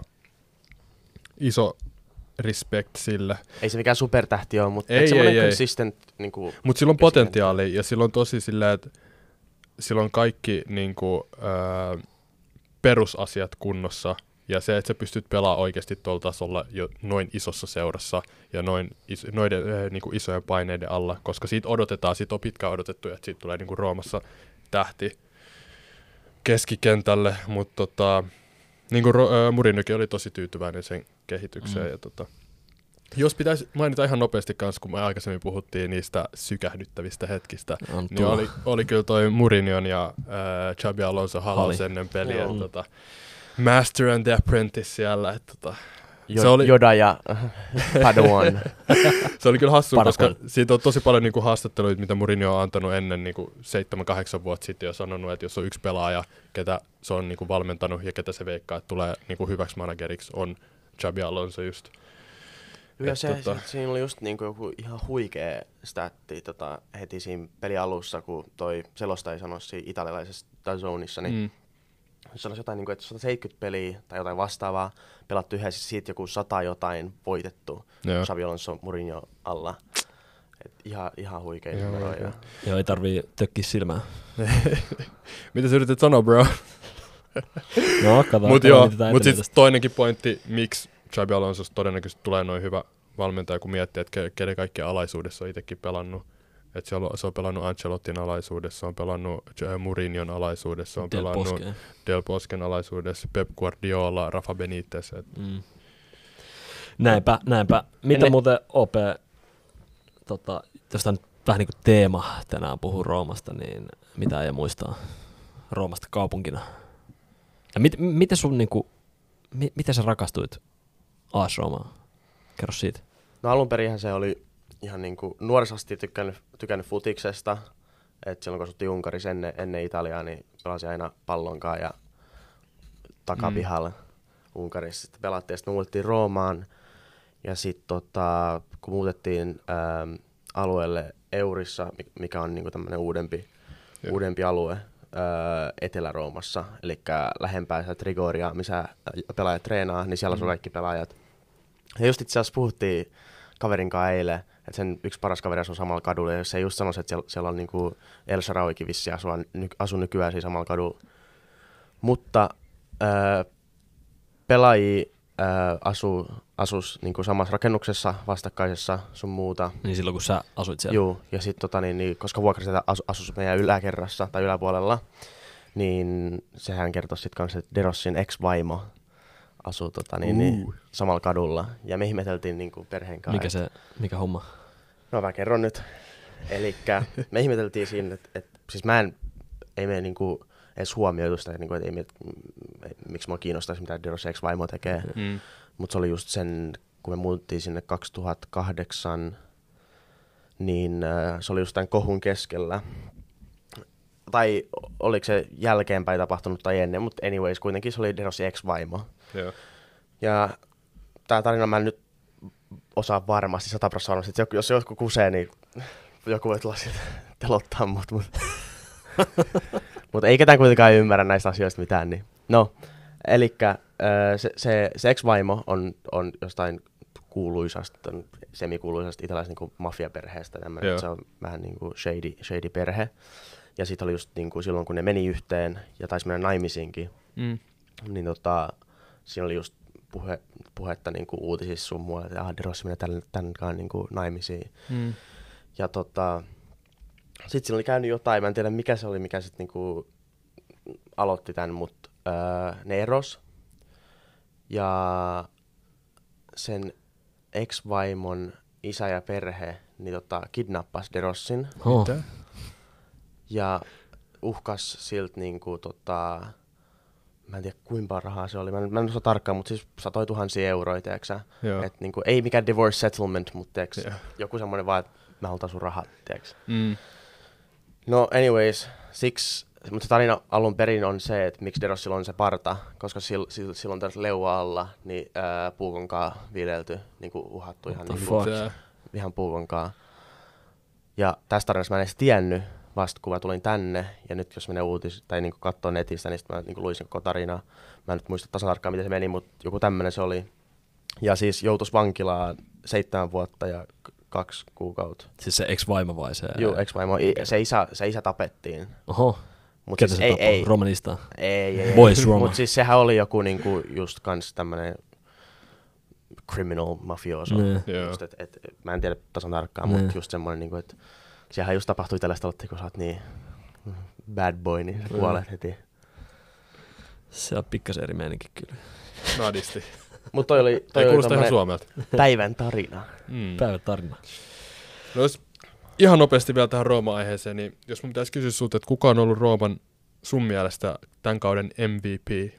iso respect sille. Ei se mikään supertähti ole, mutta ei, semmoinen ei, consistent. Niin kuin mutta sillä on potentiaalia ja sillä on tosi silleen, että sillä on kaikki niin kuin, ää, perusasiat kunnossa. Ja se, että sä pystyt pelaamaan oikeasti tuolla tasolla jo noin isossa seurassa ja noin is, noiden äh, niinku isojen paineiden alla, koska siitä odotetaan, siitä on pitkään odotettu, että siitä tulee niinku Roomassa tähti keskikentälle, mutta tota, niinku äh, Mourinhokin oli tosi tyytyväinen sen kehitykseen. Mm. Ja tota, jos pitäisi mainita ihan nopeasti kanssa, kun me aikaisemmin puhuttiin niistä sykähdyttävistä hetkistä, on niin oli, oli kyllä toi Mourinhon ja äh, Xabi Alonso halas ennen peliä. Tota, Master and the Apprentice siellä. Että, tota, Jo- se oli, Yoda ja Padawan. se oli kyllä hassu, Paras koska on. siitä on tosi paljon niinku haastatteluita, mitä Mourinho on antanut ennen niinku seitsemän kahdeksan vuotta sitten ja sanonut, että jos on yksi pelaaja, ketä se on niinku valmentanut ja ketä se veikkaa, että tulee niinku hyväksi manageriksi, on Xabi Alonso just. Ja Et se, tota- se, siinä oli just niinku joku ihan huikea statti tota, heti siinä pelin alussa, kun toi selostaja sanoi siinä italialaisessa DAZNissa, niin Mm. sanoisi jotain, niin kuin, että sata seitsemänkymmentä peliä tai jotain vastaavaa pelattu yhdessä, siitä joku sata jotain voitettu Joo. Xabi Alonso Mourinho alla. Et ihan, ihan huikea Ihan numeroja. huikea. Joo, ei tarvii tökkiä silmää. Mitä sä yrität sanoa, bro? No, katsotaan. Mutta joo, mitä mut sitten toinenkin pointti, miksi Xabi Alonsosta todennäköisesti tulee noin hyvä valmentaja, kun miettii, että ke- kenen kaikkien alaisuudessa on itsekin pelannut. Että se on, se on pelannut Ancelottin alaisuudessa, se on pelannut Mourinhon alaisuudessa, se on Del pelannut Bosque. Del Bosquen alaisuudessa, Pep Guardiola, Rafa Benitez. Et, Mm. Näinpä, näinpä. Mitä Ennen- muuten O P, tota, jos tämä nyt vähän niin kuin teema tänään puhuu Roomasta, niin mitä ei muistaa Roomasta kaupunkina? Ja mit, miten sun niinku, mi, miten sä rakastuit A S Roomaan? Kerro siitä. No alun perinhän se oli ihan niinku nuoresta asti tykännyt, tykännyt futiksesta. Et silloin kun asuttiin Unkarissa ennen, ennen Italiaa, niin pelasin aina pallonkaan ja takapihalla mm. Unkarissa. Sitten pelattiin ja sitten me muutettiin Roomaan. Ja sitten tota, kun muutettiin ähm, alueelle Eurissa, mikä on niinku tämmöinen uudempi, uudempi alue äh, Etelä-Roomassa, eli lähempää sitä Trigoria, missä pelaajat treenaa, niin siellä mm. on kaikki pelaajat. Ja just itse asiassa puhuttiin kaverin kanssa eilen, että sen yksi paras kaveri asuu samalla kadulla, ja se just sanoi, että siellä, siellä on niinku El Shaarawykin vissiin asuu, ny, asuu nykyään siinä samalla kadulla. Mutta äh, pelaajia äh, asuu asus niinku samassa rakennuksessa, vastakkaisessa sun muuta. Niin silloin kun sä asuit siellä. Joo, ja sitten tota, niin, niin, koska vuokrasijoita asu, asus meidän yläkerrassa tai yläpuolella, niin sehän kertoi sitten kanssa, että Derossin ex-vaimo asuu tota, niin, niin, samalla kadulla. Ja me ihmeteltiin niin kuin perheen kanssa. Mikä se, mikä homma? No mä kerron nyt. Elikkä me ihmeteltiin siinä, että et, siis mä en, ei me niinku edes huomioitu sitä, niinku, että ei me, miksi mua kiinnostaisi, mitä Derossin ex-vaimo tekee. Mm. Mutta se oli just sen, kun me muuttiin sinne kaksituhattakahdeksan, niin äh, se oli just tämän kohun keskellä. Tai oliko se jälkeenpäin tapahtunut tai ennen, mutta anyways, kuitenkin se oli Derossin ex-vaimo. Joo. Ja tää tarina mä en nyt osaa varmasti, sata prosenttia varmasti, että jos joku kusee, niin joku voi tulla sieltä telottaa mut. Mutta mut ei ketään kuitenkaan ymmärrä näistä asioista mitään. Niin. No, elikkä se, se, se ex-vaimo on, on jostain kuuluisasta, semikuuluisasta italaisesta niin mafiaperheestä. Se on vähän niin kuin shady, shady perhe. Ja sitten oli just niin kuin silloin, kun ne meni yhteen ja taisi mennä naimisiinkin, mm. niin tota, siinä oli just puhe, puhetta niin kuin uutisissa sun muualle, että ah, Derossi menee tämän, tämän kanssa niin kuin naimisiin. Mm. Ja tota, sitten siinä oli käynyt jotain, mä en tiedä mikä se oli, mikä sitten niin kuin aloitti tämän, mutta öö, ne eros. Ja sen ex-vaimon isä ja perhe niin tota, kidnappasi Derossin. Oh. Ja uhkas siltä niinku tota, mä en tiedä kuinka paljon rahaa se oli, mä en, mä en osaa tarkkaan, mutta siis satoi tuhansia euroja, tiiäksä. Et niinku, ei mikään divorce settlement, mutta tiiäksä, joku semmoinen vaan, että mä halutaan sun rahat, tiiäksä. Mm. No anyways, siksi, mutta se tarina alun perin on se, että miksi Derossilla on se parta, koska sil, sil, silloin tässä leua alla, niin ää, puukonkaa viljelty, niinku uhattu ihan, niinku, ihan puukonkaa. Ja tästä tarinasta mä en edes tiennyt, vasta kun mä tulin tänne, ja nyt jos menee uutis tai niinku katsoo netistä, niin mä niinku luisin koko tarinaa. Mä en nyt muista tasan tarkkaan, miten se meni, mutta joku tämmönen se oli. Ja siis joutuisi vankilaan seitsemän vuotta ja k- kaksi kuukautta. Siis se ex-vaimo vai se? Joo, ex-vaimo. Se isä, se isä tapettiin. Oho. Mut Ketä siis se ei, tappoi? ei. Romanista? Ei, ei. Boys Roma. Mutta siis sehän oli joku niinku just kans tämmönen criminal mafioso. Just, et, et, mä en tiedä tasan tarkkaan, mutta just semmoinen, niinku, että sehän just tapahtui tällaista, kun sä oot niin bad boy, niin sä kuolet heti. Se on pikkasen eri meininki kyllä. Nadisti. Mut toi oli, toi ei oli kuulosta ihan Suomelta. Päivän tarina. Mm. Päivän tarina. No jos ihan nopeasti vielä tähän Rooma-aiheeseen, niin jos mun pitäisi kysyä sulta, että kuka on ollut Rooman sun mielestä tämän kauden M V P,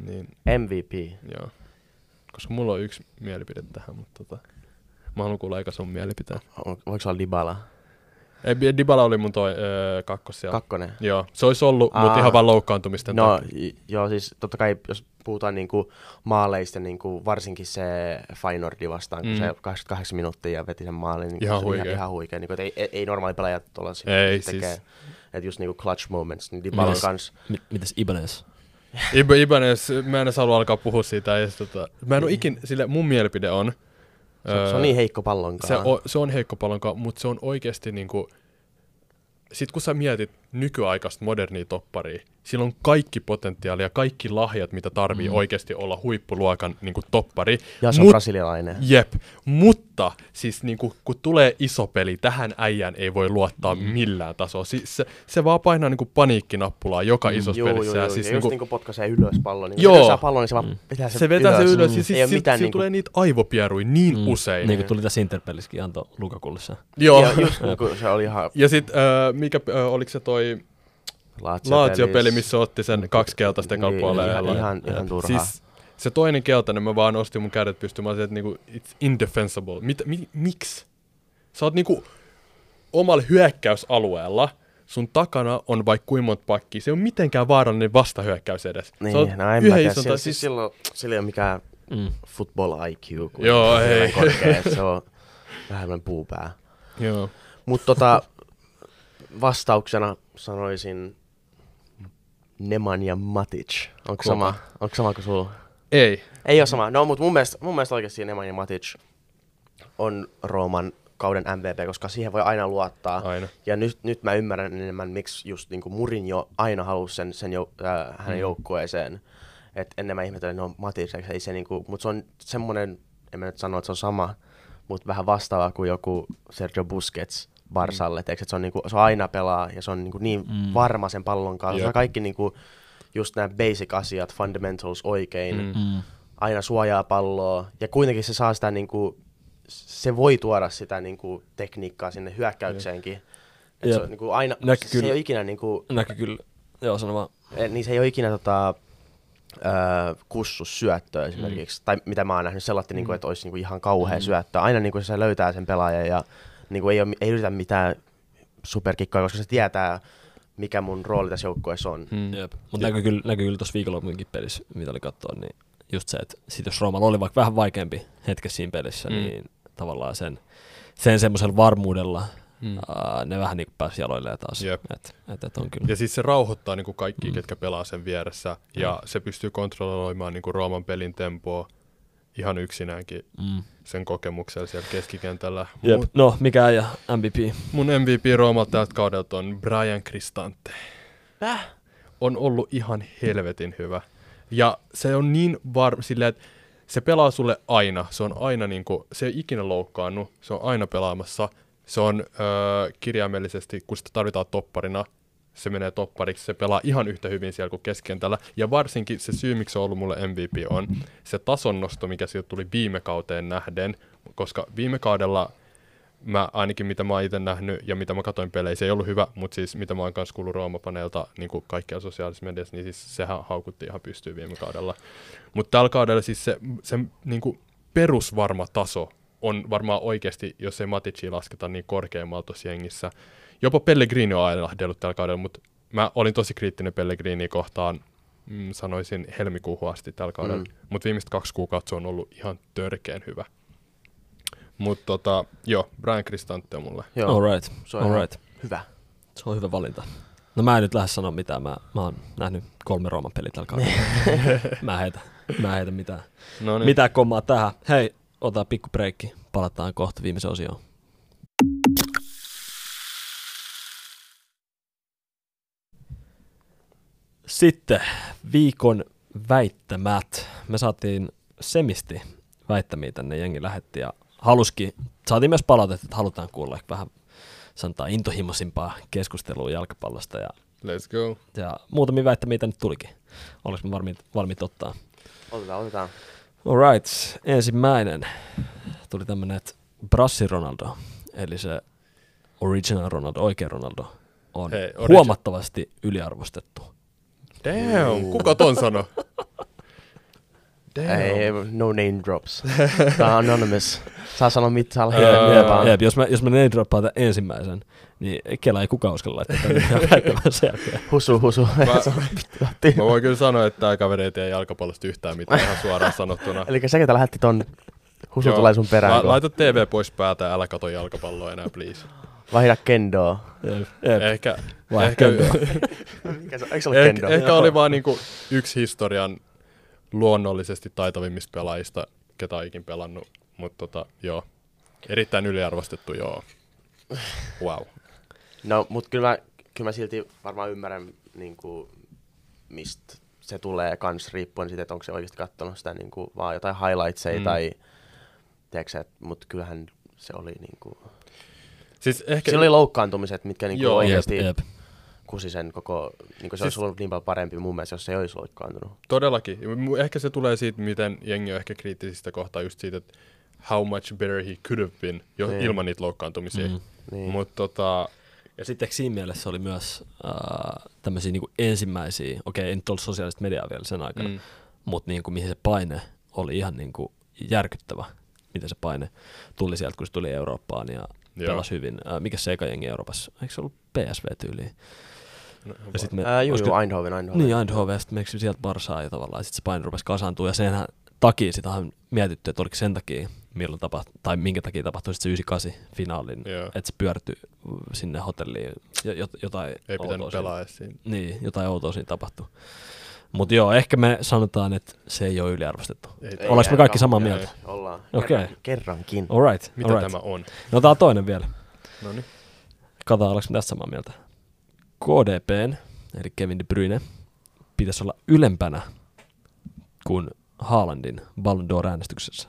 Niin, M V P. joo. Koska mulla on yksi mielipide tähän, mutta tota, mä haluan kuulla aika sun mielipiteen. On, voiko se olla Dybala? Ei, Dybala oli mun toi öö, kakkos siellä. Kakkonen. Joo, se olisi ollut, mutta ihan vaan loukkaantumisten No takia. j- joo, siis totta kai jos puhutaan niinku maaleista, niinku varsinkin se Feyenoordi vastaan, kun Mm. se kaksikymmentäkahdeksan minuuttia ja veti sen maalin, niin Ihan se oli huikea. Ihan, ihan huikea. Niinku, ei, ei, ei normaali pelaajat tuolla Ei, tekee. siis. Että just niinku clutch moments, niin Dybalan Mites- kanssa. Mi- mites Ibanez? Ib- Ibanez, mä en edes halua alkaa puhua siitä. Edes, tota, mä en oo ikin, sille mun mielipide on. Se, öö, se on niin heikko pallonkaan. Se on, se on heikko pallonkaan, mutta se on oikeasti niinku, sit kun sä mietit nykyaikaista modernia topparia, sillä on kaikki potentiaali ja kaikki lahjat, mitä tarvii mm. oikeasti olla huippuluokan niinku toppari. Ja se on Mut- brasilialainen. Jep, mutta siis niinku, kun tulee iso peli, tähän äijään ei voi luottaa mm. millään tasolla. Siis se, se vaan painaa niinku paniikkinappulaa joka mm. isossa Joo, joo, pelissä. joo. Ja siis Ja niinku, just niinku potkaisee ylös pallon. Niin Joo. se saa pallon, niin se vaan Mm. vetää sen se vetää ylös. se ylös Mm. ja siis Ei oo sillä mitään sillä niinku- tulee niitä aivopieruja niin Mm. usein. Niin kuin tuli tässä Interpelissäkin antoi Lukakullissa. Joo. Ja just niinku se oli ihan Ja sit, äh, mikä, äh, oliko se toi Lazio-peli, missä otti sen kaksi keltaista ekalla Niin, puolella. ihan- ja- ihan- ja- ihan turhaa. Siis se toinen keltainen, mä vaan nostin mun kädet pystymään, että niinku, it's indefensible. Mit, mi, miksi? Sä oot niinku omalla hyökkäysalueella, sun takana on vaikka kuinka monta pakkia, se ei ole mitenkään vaarallinen vastahyökkäys edes. Niin, Sä oot no en mä yhden tiedä. ison- Sillä, siis- siis silloin, sillä ei ole mikään Mm. football I Q. Kun Joo, se on ei. korkea, että se on vähän puupää. Joo. Mutta tota, vastauksena sanoisin Nemanja Matic. Onko Kova. sama, onko sama kuin sulla? Ei. Ei ole sama. No, mutta mun mielestä, mun mielestä oikeasti Nemanja Matic on Rooman kauden M V P, koska siihen voi aina luottaa. Aina. Ja nyt, nyt mä ymmärrän enemmän, miksi just niinku Mourinho aina halusi sen, sen jou, äh, hänen Mm. joukkueeseen. Et ennen mä ihmettelin, no Matic, ei se niinku, mutta se on semmoinen, en mä nyt sano, että se on sama, mutta vähän vastaava kuin joku Sergio Busquets Barsalle. Mm. Se, on niinku, se on aina pelaa ja se on niinku niin Mm. varma sen pallon kanssa. Se Jep. on kaikki niinku, just nämä basic asiat, fundamentals oikein. Mm. Mm. Aina suojaa palloa ja kuitenkin se saa sitä niinku, se voi tuoda sitä niinku tekniikkaa sinne hyökkäykseenkin. Et se Jep. on niinku aina, Näkyy se kyllä. ei ole ikinä niinku, Näkyy kyllä. Joo, sano vaan. eh, niin se ei ole ikinä tota, öö, kussus syöttöä esimerkiksi, mm. tai mitä mä oon nähnyt sellaista, mm. niinku, että olisi niinku ihan kauhea mm. syöttö. Aina niinku se löytää sen pelaajan ja niinku ei, ole, ei yritä mitään superkikkoja, koska se tietää, mikä mun rooli tässä joukkueessa on. Mm. Jep. Mutta näkyy kyllä, näkyy kyllä tuossa viikonlopunkin pelissä, mitä oli katsoa, niin just se, että sit jos Roomalla oli vaikka vähän vaikeampi hetke siinä pelissä, Mm. niin tavallaan sen, sen semmoisella varmuudella Mm. ää, ne vähän niin kuin pääsi jaloilleen taas. Jep. Et, et, et on kyllä. Ja siis se rauhoittaa niinku kaikki, Mm. ketkä pelaa sen vieressä, ja se pystyy kontrolloimaan niinku Rooman pelin tempoa ihan yksinäänkin Mm. sen kokemuksella siellä keskikentällä. Jep. Mut No, mikä ja M V P? mun M V P Roomalta tältä kaudelta on Brian Cristante. Väh? On ollut ihan helvetin hyvä. Ja se on niin varma silleen, että se pelaa sulle aina. Se on aina niinku, se ei ikinä loukkaannut, se on aina pelaamassa. Se on öö, kirjaimellisesti, kun sitä tarvitaan topparina, se menee toppariksi, se pelaa ihan yhtä hyvin siellä kuin keskikentällä. Ja varsinkin se syy, miksi se on ollut mulle M V P, on se tasonnosto, mikä sieltä tuli viime kauteen nähden. Koska viime kaudella, mä ainakin mitä mä oon itse nähnyt ja mitä mä katsoin pelejä, se ei ollut hyvä, mutta siis mitä mä oon kanssa kuullut Rooma-paneelta niin kuin kaikkialla sosiaalisessa mediassa, niin siis sehän haukutti ihan pystyyn viime kaudella. Mutta tällä kaudella siis se, se niin kuin perusvarma taso on varmaan oikeasti, jos ei Maticia lasketa niin korkeammalla tuossa jengissä. Jopa Pellegrini on ailahdellut tällä kaudella, mutta mä olin tosi kriittinen Pellegrinia kohtaan, mm, sanoisin helmikuuhun asti tällä kaudella, mm. mutta viimeiset kaksi kuukautta se on ollut ihan törkeän hyvä. Mutta tota, joo, Brian Cristante on mulle. Joo, All right. se on All ihan right. hyvä. Se on hyvä valinta. No mä en nyt lähde sanoa mitään. Mä, mä oon nähnyt kolme Rooman peliä tällä kaudella. mä en heitä, mä en heitä mitään. No niin. Mitään kommaa tähän. Hei, otetaan pikku breikki. Palataan kohta viimeiseen osioon. Sitten viikon väittämät. Me saatiin semisti väittämiä tänne, jengi lähetti ja haluski, saatiin myös palautetta, että halutaan kuulla ehkä vähän sanotaan intohimoisimpaa keskustelua jalkapallosta ja, Let's go. ja muutamia väittämiä nyt tulikin. Oliko me valmiit, valmiit ottaa? Otetaan, otetaan. Alright, ensimmäinen tuli tämmönen, että Brassi Ronaldo, eli se original Ronaldo, oikea Ronaldo, on Hei, origi- huomattavasti yliarvostettu. Damn, kuka ton sano? Ei, no name drops. Tää on anonymous. Saa sanoa mitä saa olla. Jep, jos mä, jos mä name droppaan tämän ensimmäisen, niin kela ei kukaan uskalla laittaa tämän väittämään sen jälkeen. Husu, husu. Mä, mä voin kyllä sanoa, että tää kaveri ei tiedä jalkapallosta yhtään mitään ihan suoraan sanottuna. Eli sä ketä lähetti ton Husu Joo. tulee sun perään. La, laita T V pois päältä ja älä kato jalkapalloa enää, please. Vaihda kendoa. Ehkä, ehkä, Mikä se, eikö se ole kendo? Ehkä oli vaan niinku yksi historian luonnollisesti taitavimmista pelaajista, ketä on ikin pelannut, mutta tota, joo. Erittäin yliarvostettu, joo. Wow. No, mut kyllä mä, kyllä mä silti varmaan ymmärrän, niinku, mistä se tulee kans riippuen siitä, että onko se oikeasti kattonut sitä niinku, vaan jotain highlightseja mm. tai tiedätkö, mutta kyllähän se oli niinku... Siis ehkä... Siinä oli loukkaantumiset, mitkä niinku joo, oikeasti jep, jep. kusi sen koko... Niinku se siis... olisi ollut niin paljon parempi mun mielestä, jos se ei olisi loukkaantunut. Todellakin. Ehkä se tulee siitä, miten jengi on ehkä kriittisistä kohtaa just siitä, että how much better he could have been jo niin. ilman niitä loukkaantumisia. Mm. Niin. Mut tota... Ja sitten siinä mielessä oli myös äh, tämmöisiä niinku ensimmäisiä, okei, ei nyt ollut sosiaalista mediaa vielä sen aikana, mm. mutta niinku, mihin se paine oli ihan niinku järkyttävä, miten se paine tuli sieltä, kun se tuli Eurooppaan ja Joo. pelasi hyvin. Äh, mikä se eka jengi Euroopassa? Eikö se ollut P S V-tyyliin? No, äh, juu, juu, Eindhoven, Eindhoven. Niin, Eindhoven, ja sitten meneekö sieltä Barsaan ja tavallaan, ja sitten se paine rupesi kasaantua, ja senhän takia sitä on mietitty, että oliko sen takia, milloin tapahtui, tai minkä takia tapahtui sitten se yhdeksänkymmentäkahdeksan finaalin, että se pyörtyi sinne hotelliin, jotain ei pitänyt pelaa siinä. Niin, jotain outoa siinä tapahtui. Mutta joo, ehkä me sanotaan, että se ei ole yliarvostettu. Ollaanko me kaikki samaa mieltä? Ollaan. Okay. Kerrankin. All right. Mitä all right. tämä on? No tää on toinen vielä. Noniin. Katsotaan, ollaanko me tästä samaa mieltä. K D P:n, eli Kevin De Bruyne, pitäisi olla ylempänä kuin Haalandin Ballon d'Or-äänestyksessä.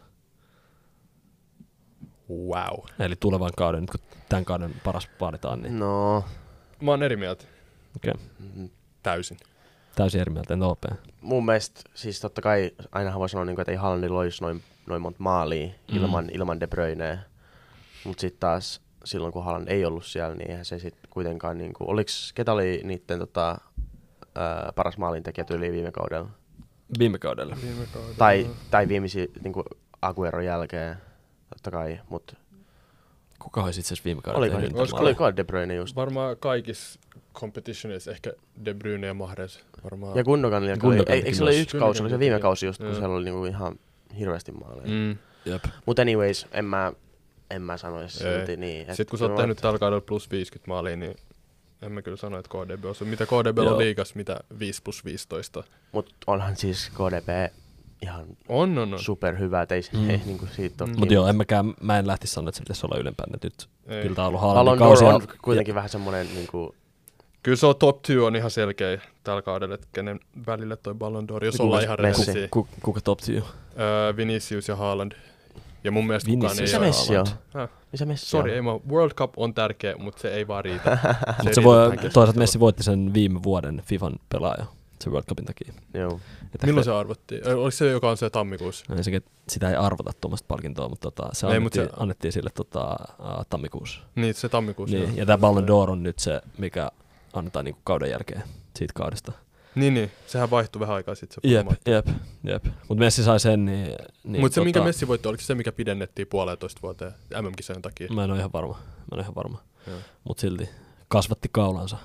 Wow. Eli tulevan kauden, nyt kun tämän kauden paras vaaditaan, niin... No... Mä oon eri mieltä. Okei. Okay. Mm-hmm. Täysin. Täysin eri mieltä, en O P. Mun mielestä, siis totta kai, ainahan voi sanoa, että ei Haalandilla olisi noin, noin monta maalia mm. ilman, ilman De Bruyneä. Mutta sitten taas silloin, kun Haaland ei ollut siellä, niin eihän se sitten kuitenkaan... Niin kuin, oliks, ketä oli niiden tota, ää, paras maalintekijä yli viime kaudella? Viime kaudella. Viime kaudella. Tai, tai viimeisiä niin Agueron jälkeen, totta kai, mutta... Kuka olisi itse asiassa viime kaudella? Oliko, olisiko, oliko De Bruyne just? Varmaan kaikissa competitionissa ehkä De Bruyne ja Mahrez. Varmaan. Ja Gundoganilla. Eikö se ole yksi kausi, oli se viime kausi just, kun siellä oli niinku ihan hirveästi maaleja. Mm. Mutta anyways, en mä, en mä sanoisi silti niin. Sitten kun sä oot tehnyt tällä kaudella plus viisikymmentä maalia, niin en mä kyllä sano, että K D B on. Mitä K D B on liigas, mitä viisi plus viisitoista. Mut onhan siis K D B ihan on, on, on. superhyvä, et ei, mm. ei niinku siitä ole. Mm. Mut joo, en mäkään, mä en lähtisi sanoa, että se pitäisi olla ylempään. Nyt ei. Kyllä tää on ollut Haalandin kausi. Ballon d'Or on kuitenkin ja vähän semmonen niinku... Kyllä se on top two on ihan selkeä tällä kaudella, että kenen välille toi Ballon d'Or, jos ollaan ihan rehellisiä. Ku, kuka top two? Öö, Vinicius ja Haaland. Ja mun mielestä Vinicius kukaan ei ole Haaland. Äh. Missä Messi Sorry, on? ei mä, World Cup on tärkeä, mutta se ei vaan riitä. se se voi, toisaalta Messi voitti sen viime vuoden FIFAn pelaaja, se World Cupin takia. Joo. Milloin se arvottiin? Oliko se, joka on se tammikuussa? No, se, sitä ei arvota tuommoista palkintoa, mutta tota, se, ei, annettiin, se annettiin sille tota, uh, tammikuussa. Niin, se tammikuussa. Niin, ja tämä Ballon d'Or on nyt se, mikä annetaan niinku kauden jälkeen siitä kaudesta. Niin, niin. Sehän vaihtui vähän aikaa sitten se Jep, jep, jep. Mutta Messi sai sen, niin... niin Mutta se, tota, minkä Messi voitti, oliko se, mikä pidennettiin puolentoista vuoteen M M-kisojen takia? Mä en ole ihan varma. Mä en ole ihan varma. Mutta silti kasvatti kaulansa.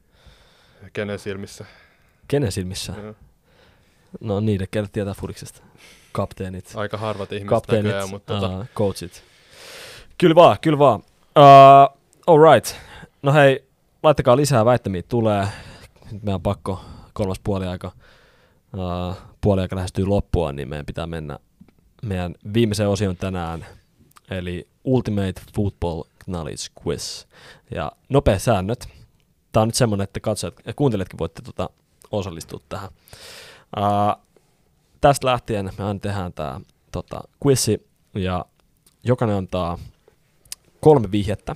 Kenen silmissä? Kenen silmissä? Joo. No niiden, kenet tietää furiksesta. Kapteenit. Aika harvat ihmiset näköjään, mutta... Uh, tota... coachit. Kyllä vaan, kyllä vaan. Uh, all right. No hei, laittakaa lisää väittämiä tulee. Nyt meidän on pakko kolmas puoliaika. Uh, puoliaika lähestyy loppua, niin meidän pitää mennä meidän viimeiseen osioon tänään. Eli Ultimate Football Knowledge Quiz. Ja nopea säännöt. Tää on nyt semmonen, että katsojat ja kuuntelijatkin voitte tota osallistua tähän. Uh, tästä lähtien me aina tehdään tää tota, quizi, ja jokainen antaa kolme vihjettä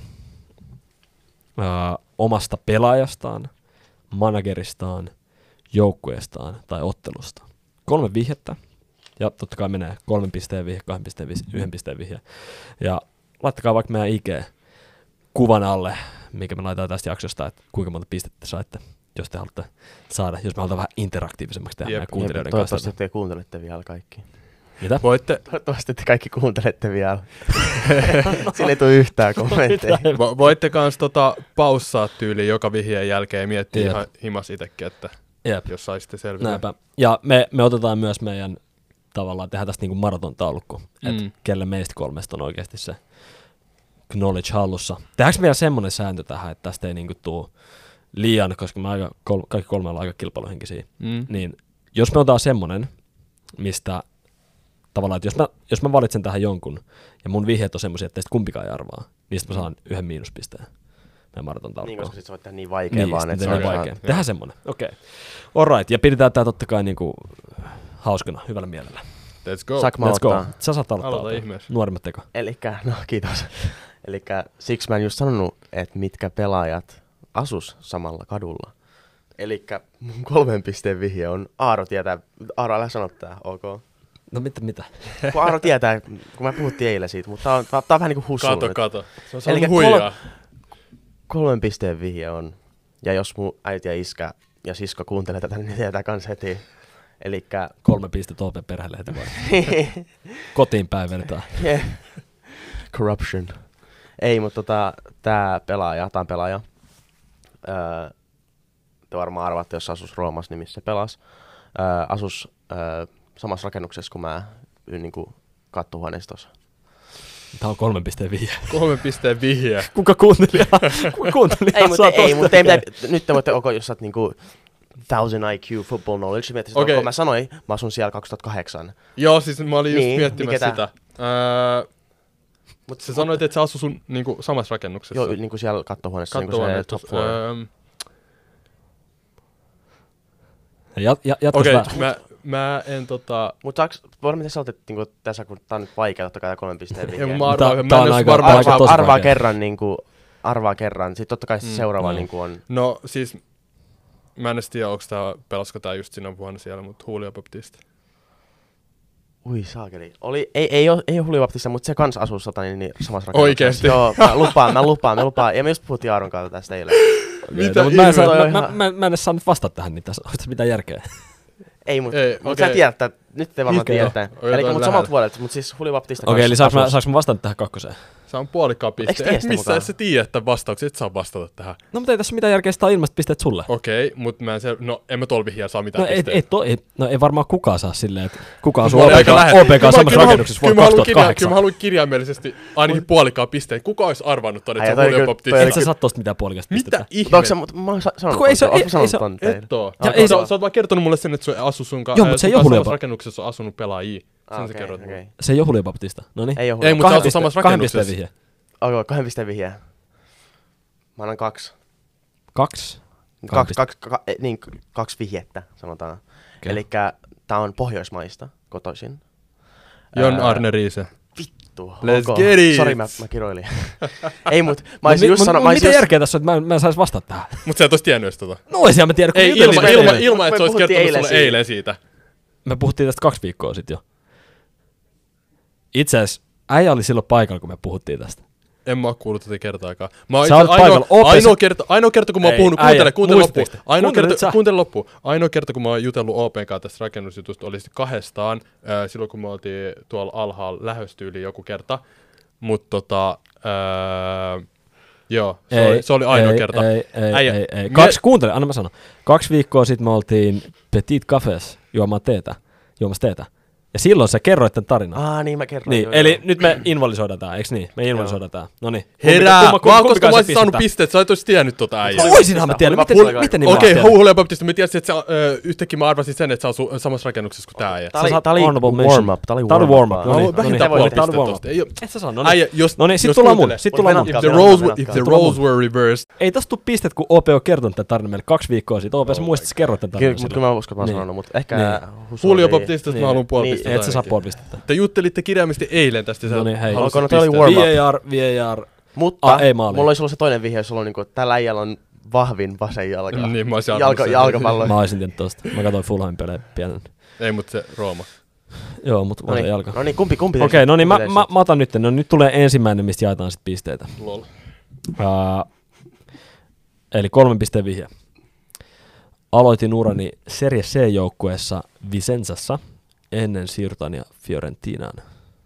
uh, omasta pelaajastaan, manageristaan, joukkueestaan tai ottelusta. Kolme vihjettä, ja totta kai menee kolmen pisteen vihje, kahden pisteen vihje, yhden pisteen vihje. Ja laittakaa vaikka meidän I G-kuvan alle, mikä me laitetaan tästä jaksosta, että kuinka monta pistettä saitte jos te haluatte saada, jos me halutaan vähän interaktiivisemmaksi tehdä Jep. meidän kuuntelijoiden Toivottavasti kanssa. te kuuntelette vielä kaikki. Mitä? Voitte, Toivottavasti te kaikki kuuntelette vielä. Siinä ei tule yhtään kommentteja. vo, voitte kans tota paussaa tyyliin joka vihjeen jälkeen ja miettiä Jep. ihan himas itekin, että Jep. jos saisitte selvitä. Näinpä. Ja me, me otetaan myös meidän tavallaan, tehdään tästä niinku maratontaulukko, Mm. että kelle meistä kolmesta on oikeasti se knowledge hallussa. Tehdäänkö vielä semmoinen sääntö tähän, että tästä ei niinku tuu liian, koska me aika, kol, kaikki kolme ollaan aika kilpailuhenkisiä, Mm. niin jos me otetaan semmoinen, mistä tavallaan, että jos mä, jos mä valitsen tähän jonkun, ja mun vihjeet on semmoisia, että teistä kumpikaan ei arvaa, niin sit mä saan yhden miinuspisteen meidän Niin, maratontaulukkoon. koska sit se voi tehdä niin vaikea Niin, vaan, sit että se se on on vaikea. ihan- Tehdään semmoinen. Okei. Okay. Alright, ja pidetään tää totta kai niinku hauskana, hyvällä mielellä. Let's go. Saanko mä Let's go. aloittaa? Sä saat aloittaa. Aloita Ota. ihmeessä. Nuorimmat teko. Elikkä, no kiitos. Elikkä siksi mä en just sanonut, että mitkä pelaajat asus samalla kadulla. Elikkä mun kolmen pisteen vihje on, Aaro tietää, Aaro älä sano tää, ok? No mitä, mitä? Kun Aaro tietää, kun mä puhuttiin eilen siitä, mutta tää on, tää, tää on vähän niinku hussu. Kato, nyt. kato. Se on Elikkä saanut huijaa. Kolmen pisteen vihje on, ja jos mun äiti ja iskä ja sisko kuuntelee tätä, niin ne tietää kans heti. Elikkä Kolme pistettä O P perheelle heti vaan. Kotiin päin vedetään. yeah. Corruption. Ei, mutta tota, tää pelaaja, tää on pelaaja. Öö, te varmaan arvaatte, jos asus Roomassa, niin missä se pelasi. Öö, asus öö, samassa rakennuksessa kuin mä niin kattohuoneistossa. Tää on kolmen pisteen vihje. Kolmen pisteen vihje. Kuka kuunteli? Kuka kuunteli? Ei, mutta ei, mut ei, mitä, nyt te voitte, ok, jos sä oot niinku thousand I Q football knowledge, miettisit, Okei. okay. Mä sanoin, mä asun siellä kaksituhattakahdeksan. Joo, siis mä olin just Niin, miettimässä mikä sitä. Öö, Mut sä sanoit, että sä asui sun niinku, samassa rakennuksessa. Joo, niinku siellä kattohuoneessa, niinku se top Kattohuoneessa. floor. Öö, Jat, jat, jatkos Okei, vähän. mä, mä en tota... Mut saaks, voidaan miten sä olet, niinku, tässä kun tää on nyt vaikea, totta kai tää kolmen pisteen Ei, vihje. mä Tää- arvaan, tää mä on en edes aika- varmaan... aika Arvaa, tosi arvaa vaikea. kerran, niinku, arvaa kerran. Sitten totta kai se Mm, seuraava mm. niinku on, No siis, mä en edes tiedä, onko tää, pelasko tää just siinä vuonna siellä, mutta Julio Baptiste. ui saakeli. Oli, ei, ei, oo, ei oo Julio Baptista, mutta se kans asuu sata, niin, niin samassa rakennuksessa. Oikeesti? Joo, mä lupaan, mä lupaan, mä lupaan. Ja me just puhuttiin Aaron kanssa tästä eilen. Mitä no, mutta mä, en saa, ihmettä? mä, mä, mä, mä en edes saanut vastata tähän, niin tässä onko tässä mitään järkeä? Ei, mutta Ei, mut okei. sä tiedät, että nyt te varmaan Hitto. tiedätte. On Eli jotain mut lähellä. samat vuodet, mutta siis Julio Baptista Okei, eli saanko mä, asus. saanko mä vastata tähän kakkoseen? Se on puolikkaan Eiks piste. tiedä Eh, sitä missä mukaan? sä tiedät tämän vastauksen, et saa vastata tähän. No mutta ei tässä mitään järkeä, sitä on ilmaiset pisteet sulle. Okei, mutta mä en se... No, en mä tolvi hiellä saa mitään No ei, pisteitä. ei, to, ei, no ei varmaan kukaan saa silleen, että kuka asuu Mä olin aika O P K lähellä. O P K Kyllä mä- samassa kyllä mä haluan- rakennuksessa kyllä vuonna mä haluan kirja- Kyllä mä kaksituhattakahdeksan. haluan kirjaimellisesti ainakin puolikkaan pisteen. Kuka olisi arvannut ton, että Ai, se on toi Julio kyllä- Baptiste? toi- Et sä saa tosta mitään puolikasta Mitä pistettä. ihmettä? Onko sä, mut mä oon sa- sanonut Kun ei se- ton, ei- ootko sanonut ei se- ton teille? Et oo. Ja Ja ei sä, se- sä oot vaan kertonut mulle sen, että se asu sun kanssa. Joo, mut se ei oo Julio Bap- rakennuksessa on asunut pelaajia. Ah, Sen sä okei, kerrot mulle. okei. Se ei ole Julio Baptista. No niin. Ei oo Ei, Julio. mut sä Kahden asut piste- samassa kahden pisteen rakennuksessa. vihje. Okei, kahden pisteen vihje. Mä annan kaksi. Kaksi. Kaksi, kaksi, ka, eh, niin, kaksi vihjettä, sanotaan. Okei. Elikkä tää on Pohjoismaista kotoisin. Jon Ää, Arne Riise. Vittu. Let's ok. get it. Sori, mä, mä kiroilin. Ei, mut mä Mut olisin mi- just mut- sanonut... mut mä olisin Mitä just- järkeä tässä on, että mä, en- mä en sais vastata tähän? Mut sä et ois tiennyt edes tota. No ei siellä mä tiedä, kun Ei, me jutelin ilman, tästä ilman, eilen. ilman, että Me sä ois puhuttiin kertonut eilen sulle siitä. eilen siitä. Me puhuttiin tästä kaksi viikkoa sitten jo. Itse asiassa äijä oli silloin paikalla, kun me puhuttiin tästä. En mä oo kuullut tätä kertaakaan. Mä oon Sä itse- oot ainoa, paikalla. O P ainoa, kerta, ainoa kerta, kun mä oon Ei, puhunut, äijä, kuuntele, kuuntele loppuun. muistatko? Ainoa Kuuntelit kerta, sä? kuuntele loppuun. Ainoa kerta, kun mä oon jutellut O P:n kanssa tästä rakennusjutusta, oli sitten kahdestaan, äh, silloin kun me oltiin tuolla alhaalla lähöstyyliin joku kerta. Mutta tota, äh, joo, se, Ei, oli, se oli ainoa ei, kerta. Ei, ei, Äijä, ei, ei. me- Kaksi, kuuntele, anna mä sanon. Kaksi viikkoa sitten me oltiin Petit Cafés juomaan teetä, juomassa teetä. Ja silloin sä kerroit tämän tarinan. Aa, niin mä kerroin. Niin, joo, eli joo. nyt me invalisoidaan tää, eiks niin? Me invalisoidaan tää. Noniin. Herää, Kumpi- kumpi- vaan kumpikaan koska mä se olisin saanut pistetään. pisteet, sä et ois tiennyt tota äijää. No oisinhan mä tiedän. Miten, Puolikkaan. miten niin Okei, mä okay, Julio Baptiste, mä tiesin, että sä, ö, yhtäkkiä mä arvasin sen, että sä asuu samassa rakennuksessa kuin tää äijä. Tää oli, saat tää oli honorable mention. warm-up. Tää oli Tää oli warm-up. warm-up. Mä No niin, haluan vähintään no niin, puoli tää oli pistettä warm-up. tosta. Ei oo- Et sä saa, no niin. Äijä, jos, No niin, sit jos tullaan kuuntelee- mun, sit Mut tullaan mun. venatkaa, If the venatkaa, roles, were, venatkaa. if the Tullaan roles mun. were reversed, Ei tosta tuu pistet, kun O P on kertonut tämän tarinan meille kaksi viikkoa sitten. O P, sä Oh muistat, my sä kerroit tämän Kyllä, tarinan mut silloin. kyllä mä uskon, että mä oon Niin. sanonut, mut ehkä Niin. Husu Julio oli- Baptistesta mä haluan puoli Niin, pistettä. et sä saa ainakin. puoli pistettä. Te juttelitte kirjaimisesti eilen tästä. No niin, hei. Alkoi, no toi toi oli warm-up. V A R, V A R. Mutta Ah, ei maali. mulla olisi ollut se toinen vihje, jos sulla on niinku, että tällä äijällä on vahvin vasen jalka. Niin, mä olisin Jalka, arvannut sen. jalkapallo. Mä olisin tiennyt tosta. Mä katsoin Fulhamin pelejä pienen. Ei, mutta se Rooma. Joo, mut No vasen niin, jalka. no niin, kumpi, kumpi? Okei, no niin, mä, kumpi mä, teistä? mä otan nyt. No nyt tulee ensimmäinen, mistä jaetaan sit pisteitä. Lol. Uh, eli kolmen pisteen vihje. Aloitin urani Serie C-joukkueessa Vicenzassa ennen siirtoni Fiorentinaan.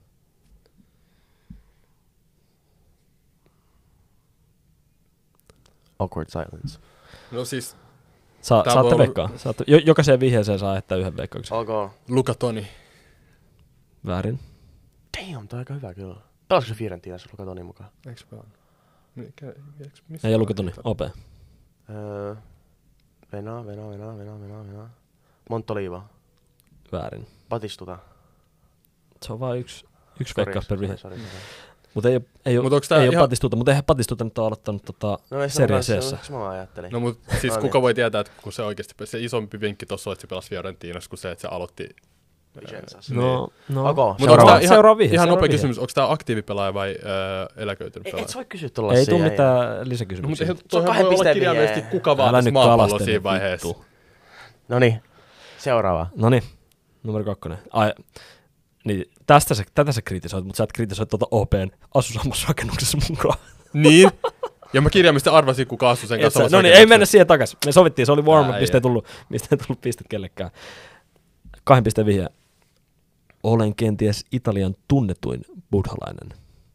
Awkward silence. No siis... Sa- Tää saatte voi- veikkaa. Saatte, jo- jokaiseen vihjeeseen saa heittää yhden veikkauksen. Ok. Luca Toni. Väärin. Damn, toi on aika hyvä kyllä. Pelasiko se Fiorentinassa Luca Toni mukaan? Eiks pelannut? Mikä, eiks, missä Ei ole pelannut? Luka Toni. O P. Öö, Venä, Venä, Venä, Venä, Venä, Venä. Montoliva. Väärin. Batistuta. Se on vain yksi, yksi Sorry, veikkaus per sorry, vihje. sorry, sorry. Mutta ei, oo- ei, Mut ole, onks tää ei ole ihan- Batistuta, mutta eihän Batistuta nyt ole aloittanut tota No ei se Serie on C:ssä. kanssa, mä ajattelin. No mut siis No niin. kuka voi tietää, että kun se oikeesti, se isompi vinkki tossa on, että se pelasi Fiorentinassa, kuin se, että se aloitti. Vicenzassa. No, no. Ok, Mutta seuraava. onko tää Seuraava vihje, ihan seuraava nopea vihje. kysymys, onko tää aktiivipelaaja vai öö, eläköitynyt Ei, pelaaja? et sä voi kysyä tollasia. Ei tule ja- mitään No, mutta lisäkysymyksiä. eihän Se on toihan kahden voi olla pisteen kirjaimellisesti vihje. kuka vaan Älä tässä nyt maapallolla kalastele, siinä vaiheessa. vittu. Noniin, seuraava. Noniin, numero kakkonen. Ai, niin, tästä se, tätä sä kritisoit, mutta sä et kritisoit tuota O P:n asusammasrakennuksessa mukaan. Niin. Ja mä kirjaimisesti arvasin, kuka asui sen kanssa. No samassa niin, ei rakennuksessa. mennä siihen takas. Me sovittiin, se oli warm-up, Ai, mistä ei ai. tullut, mistä ei tullut pistet kellekään. Kahden pisteen vihje. Olen kenties Italian tunnetuin buddhalainen.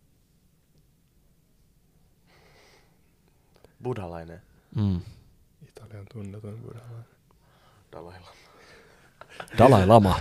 Buddhalainen. Mm. Italian tunnetuin buddhalainen. Dalai Lama. Dalai Lama.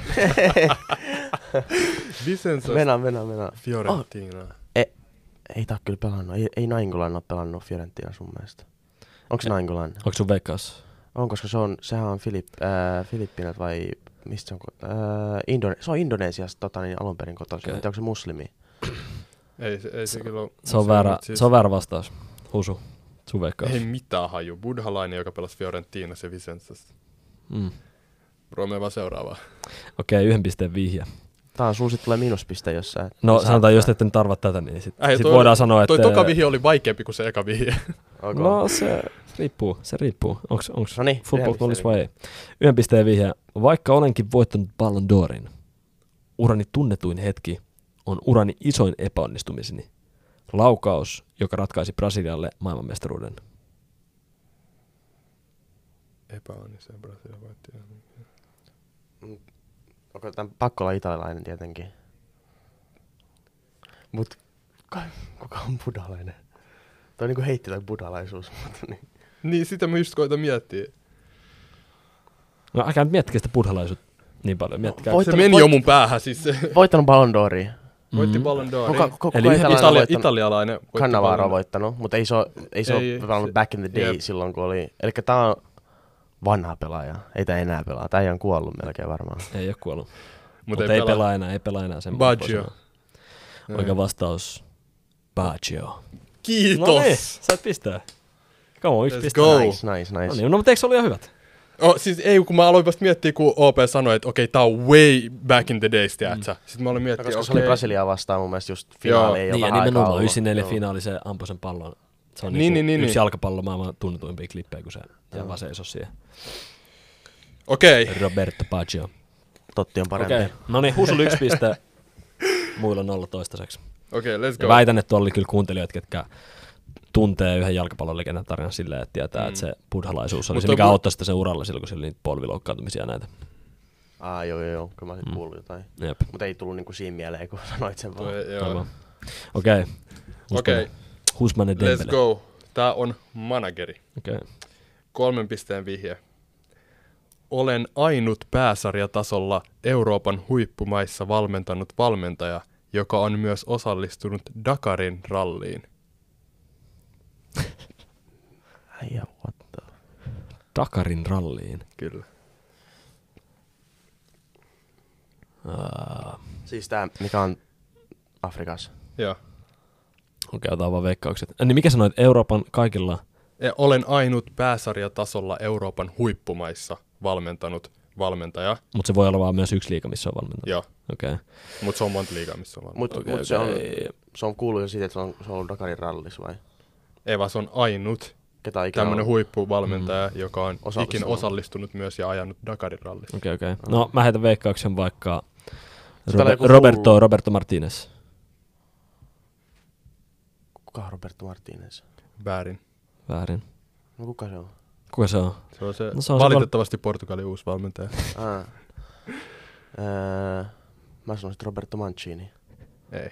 Vicenza Mennään, mennään, mennään. Fiorentina. Ei tää oo kyllä pelannut. Ei, ei Nainggolan oo pelannut Fiorentina sun mielestä. Onks Nainggolan? Onko sun veikkaus? On, koska se on, sehän on Filip, äh, Filippiinat vai mistä se on? ko- Äh, Indone- se on Indonesiasta tota, niin alun perin kotoisin. Okei. Okay. Onko se muslimi? Ei, se, ei se, kyllä ole. Se on, väärä, siis- se on väärä vastaus. Husu. Sun veikkaus. Ei mitään haju. Buddhalainen, joka pelasi Fiorentinassa ja Vicenzassa. Mm. Bro, me vaan seuraavaa. Okei, yhden pisteen vihje. Tää on, sulla sit tulee miinuspiste, jos sä... No sä- sanotaan, jos ette nyt arvaa tätä, niin sit, Ai, sit toi- voidaan sanoa, että... Toi toka vihje oli vaikeampi kuin se eka vihje. Okay. No se riippuu, se riippuu. Onks, onks Noniin, football yhden knowledge pisteen vai ei. Yhden pisteen vihje. Vaikka olenkin voittanut Ballon d'Orin, urani tunnetuin hetki on urani isoin epäonnistumiseni. Laukaus, joka ratkaisi Brasilialle maailmanmestaruuden. Epäonniseen Brasilia voitti. Onko tämän pakko olla italialainen tietenkin? Mut kuka, kuka on buddhalainen? Toi niinku heitti toi buddhalaisuus. Mutta niin. Niin, sitä mä just koitan miettiä. No älkää nyt miettikää sitä buddhalaisuutta niin paljon. Miettikää. voit- Se Voittanut- meni voit- jo mun päähän, siis se Voittanut Ballon d'Oria. voitti Mhm. Ballon d'Orin. Kuka, kuka, Eli kuka yhden italialainen Italia, voittanut? italialainen voitti Cannavaro on Ballon- voittanut, mutta ei se ole, ei se Ei, ole pelannut se- back in the day jep. silloin, kun oli... Elikkä tää on vanha pelaaja. Ei tää enää pelaa. Tää ei on kuollut melkein varmaan. Ei ole kuollut. Mut Mutta ei, ei pelaa enää, ei pelaa enää sen. Baggio. Oikea vastaus. Baggio. Kiitos! No niin, sait pistää. Come on, yksi Let's piste. go. Nice, nice, No nice. niin, no mutta eikö se ollut ihan hyvät? Oh, siis ei, kun mä aloin vasta miettiä, kun O P sanoi, että okei, tää on way back in the days, tiedätkö? Mm. Sitten mä aloin No, miettiä, koska okei. se oli Brasiliaa vastaan mun mielestä just finaali. Ei ole Niin, ja vähän aikaa nimenomaan ollut. yhdeksänkymmentäneljä Joo. finaali, se ampui sen pallon. Se on Niin, niin, niin, niin, yksi niin. jalkapallo maailman tunnetuimpia klippejä, kun se ja Joo. vaan seisoi siihen. Okei. Roberto Baggio. Totti on parempi. Okei, no niin, Husulla yksi piste, muilla nolla toistaiseksi. Okei, let's Ja go. väitän, että tuolla oli kyllä kuuntelijoita, ketkä tuntee yhden jalkapallolegendan tarinan silleen, että tietää, Mm. että se buddhalaisuus oli Mut se, toi mikä bu- auttoi sitä sen uralla silloin, kun sillä oli niitä polviloukkaantumisia ja näitä. Aa, joo, joo, joo. Kyllä mä sit Mm. kuullut jotain. Jep, Mutta ei tullut niinku siinä mieleen, kun sanoit sen vaan. Toi, joo. aivan. Okei. Okei, Husmanen let's Dembele. go. Tää on manageri. Okei. Kolmen pisteen vihje. Olen ainut pääsarjatasolla Euroopan huippumaissa valmentanut valmentaja, joka on myös osallistunut Dakarin ralliin. Äijä, what the... Dakarin ralliin. Kyllä. Uh, Siis tää, mikä on Afrikassa. Joo. Okei, otetaan vaan veikkaukset. Äh, niin mikä sanoit, Euroopan kaikilla? Ja olen ainut pääsarjatasolla Euroopan huippumaissa valmentanut valmentaja. Mutta se voi olla vaan myös yksi liiga, missä on valmentanut. Joo, Okei. mutta se on monta liigaa, missä on valmentanut. Mut, Okei, mut se, on, okei. se on kuullut jo siitä, että se on, se on ollut Dakarin rallis vai? Ei vaan se on ainut Ketä on ikinä tämmöinen ollut? huippuvalmentaja, mm. joka on Osallistunut. ikinä osallistunut myös ja ajanut Dakarin rallissa. Okei, okei. No, mä heitän veikkauksen vaikka Täällä Robe- joku Roberto, hullu- Roberto Martinez. Kuka on Roberto Martinez? Väärin. Väärin. No kuka se on? Kuka se on? Se on se, No se on valitettavasti se Portugalin uusi valmentaja. Ah. Öö, mä sanoisin Roberto Mancini. Ei.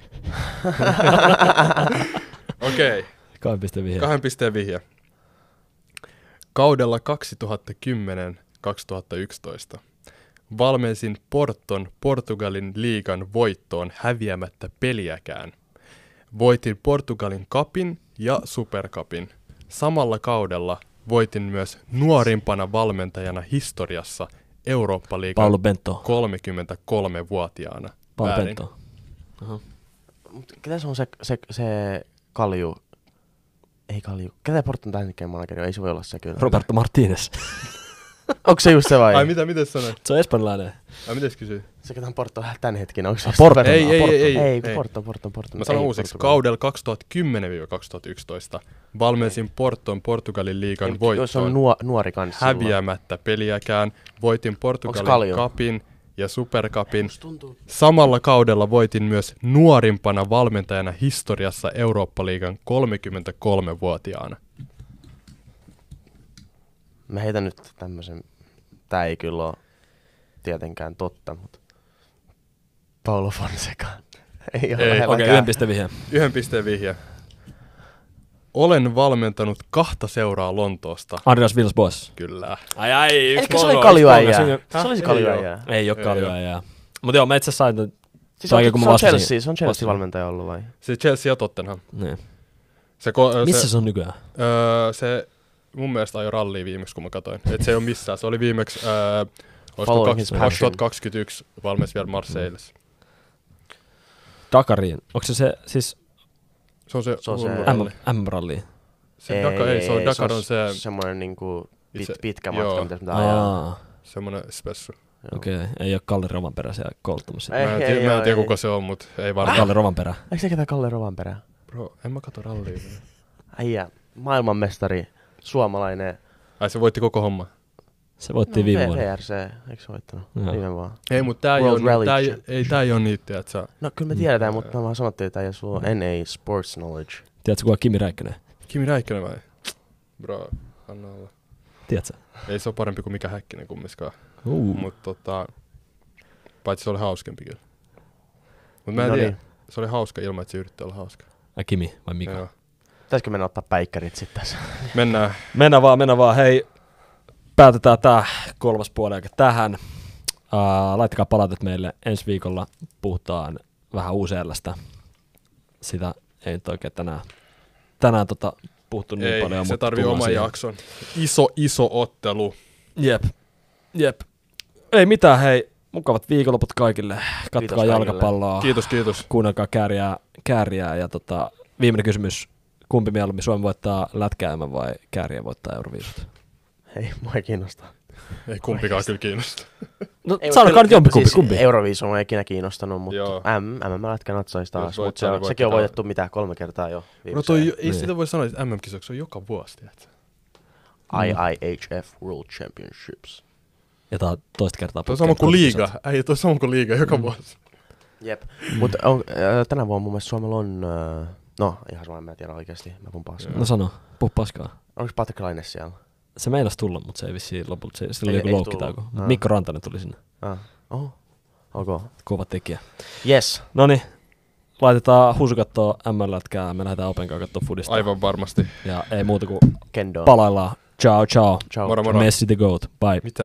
Okei. Okay. Kahden pisteen vihje. Kahden pisteen vihje. Kaudella kaksituhattakymmenen kaksituhattayksitoista valmensin Porton Portugalin liigan voittoon häviämättä peliäkään. Voitin Portugalin cupin ja supercupin. Samalla kaudella voitin myös nuorimpana valmentajana historiassa Eurooppa-liigan Paulo Bento. kolmekymmentäkolmevuotiaana. Paulo Väärin. Bento. Aha. Mut ketä se on se, se, se kalju? Ei kalju. Ketä Porton tämänhetkinen manageri on? Ei se voi olla se kyllä. Roberto Martínez. Onko se just se vai? Ai mitä, miten sanoit? Se on espanjalainen. Ai mites kysyy? Se ketä on Porto tämänhetkinen. Onko se Ah, just Porto. se? Ei, ei, Porto. ei, ei, Ei, ei. Porto, Porto, Porto. Mä sanon Ei, uusiksi. Portugal. Kaudella kaksituhattakymmenen kaksituhattayksitoista valmensin Porton Portugalin liigan Ei, Se voittoon on nuo, nuori kans silloin. häviämättä peliäkään. Voitin Onks Portugalin Kalju? cupin ja supercupin. Musta tuntuu. Samalla kaudella voitin myös nuorimpana valmentajana historiassa Eurooppa-liigan kolmekymmentäkolmevuotiaana. Mä heitän nyt tämmösen. Tää ei kyllä oo tietenkään totta, mutta Paulo Fonseca. Ei ole Ei, lähelläkään. Okei, yhden pisteen vihje. Yhden pisteen vihje. Olen valmentanut kahta seuraa Lontoosta. Andreas Villas-Boas. Kyllä. Ai ai, Elikkä se oli kaljuäijää? Se oli se kaljuäijää. Ei oo Ei kaljuäijää. Mut joo, mä itse asiassa sain tän. Siis Se on on, aika, kun mä se on vastasin. Chelsea, se on Vastasin. Chelsea-valmentaja ollut vai? Se Chelsea ja Tottenham. Niin. Se, ko- Missä se, se on nykyään? öö, se mun mielestä ajoi rallia viimeksi, kun mä katsoin. Et se ei ole missään. Se oli viimeksi, öö, olisiko Following kaks- his passion. kaksituhattakaksikymmentäyksi valmis vielä Marseillessa. Dakariin. Onko se se, siis Se on se, Se on se- hullu M- ralli. M-ralli? Se Dakar, ei, se on Dakar on se semmoinen niinku pit, itse- pitkä joo. matka, mitä pitää ajaa. Aa, semmoinen spessu. okei. Okay. Ei oo Kalle Rovanperä siellä kouluttamassa. Ei, Mä en, ei, tiedä, mä en joo, tiedä ei. kuka se on, mutta ei varmaan. Kalle Rovanperä. Eikö se ketään Kalle Rovanperä? Bro, en mä katso rallia. Äijä, maailmanmestari, suomalainen. Ai se voitti koko homma. Se voitti viime V- vuonna. V R C, eikö se voittanut? Joo. Viime vuonna. Ei, mutta tää ei World ole, Rally tää ei, Championship. ei, tää ei ole niitä, että sä... No kyllä me tiedetään, mutta mä vaan sanottiin, että ei sulla N A Sports Knowledge. Tiedätkö kuka on Kimi Räikkönen? Kimi Räikkönen vai? Bro, anna olla. Tiedätkö? Ei se ole parempi kuin mikä Häkkinen kummiskaan. Uh. Mutta tota... Paitsi se oli hauskempi kyllä. Mut mä en No tiedä. niin. Se oli hauska ilman, että se yritti olla hauska. Ai Kimi vai Mika? Joo. Pitäisikö mennä ottaa päikkärit sitten tässä? Mennään. Mennään vaan, mennään vaan. Hei, päätetään tää kolmas puoli tähän. Uh, laittakaa palautet meille. Ensi viikolla puhutaan vähän U C L:stä. Sitä ei nyt oikein tänään, tänään tota, puhuttu niin Ei, paljon. se mutta tarvii tullaan oman siihen. jakson. Iso, iso ottelu. Jep, jep. Ei mitään, hei. Mukavat viikonloput kaikille. Kattokaa Kiitos kaikille. jalkapalloa. Kiitos, kiitos. Kuunnelkaa kääriää, kääriää. Ja tota, viimeinen kysymys. Kumpi mieluummin Suomi voittaa lätkäämän vai kääriä voittaa Euroviisut? Hei, mua ei kiinnosta. Ei kumpikaan kyllä kiinnosta. No Ei, sanokaa kyllä- nyt jompikumpi, siis kumpi. Euroviisu on ikinä kiinnostanut, mutta Joo. M, M, mä lätkän natsoisi taas, Jos mutta voittaa, se, niin sekin on voittakaa. voitettu mitä kolme kertaa jo No viimeiseen. toi, ei Niin. sitä voi sanoa, että M M-kisoksi on joka vuosi, tiedätkö? I I H F World Championships. Ja tää on toista kertaa. Toi on sama putkeen kuin liiga. kolmekymmentä. Ei, toi on sama kuin liiga joka Mm. vuosi. Jep. Mutta äh, tänä vuonna mun mielestä Suomella on, äh, no ihan sama, mä en tiedä oikeesti, mä puhun paskaa. No sano, puhu paskaa. Onko Patrik Laine siellä? Se meinas tulla, mutta se ei vissiin lopulta. Se, sillä oli Ei- joku ei loukkitauko. tullut. Ah. Mikko Rantanen tuli sinne. Ah. Oho. Ok. Kova tekijä. Yes. Noniin. Laitetaan Husu kattoo M L-lätkää. Me lähdetään Open kanssa kattoo fudista. Aivan varmasti. Ja ei muuta kuin Kendo. palaillaan. Ciao, ciao. Ciao. Moro moro. Messi the goat. Bye. Mitä?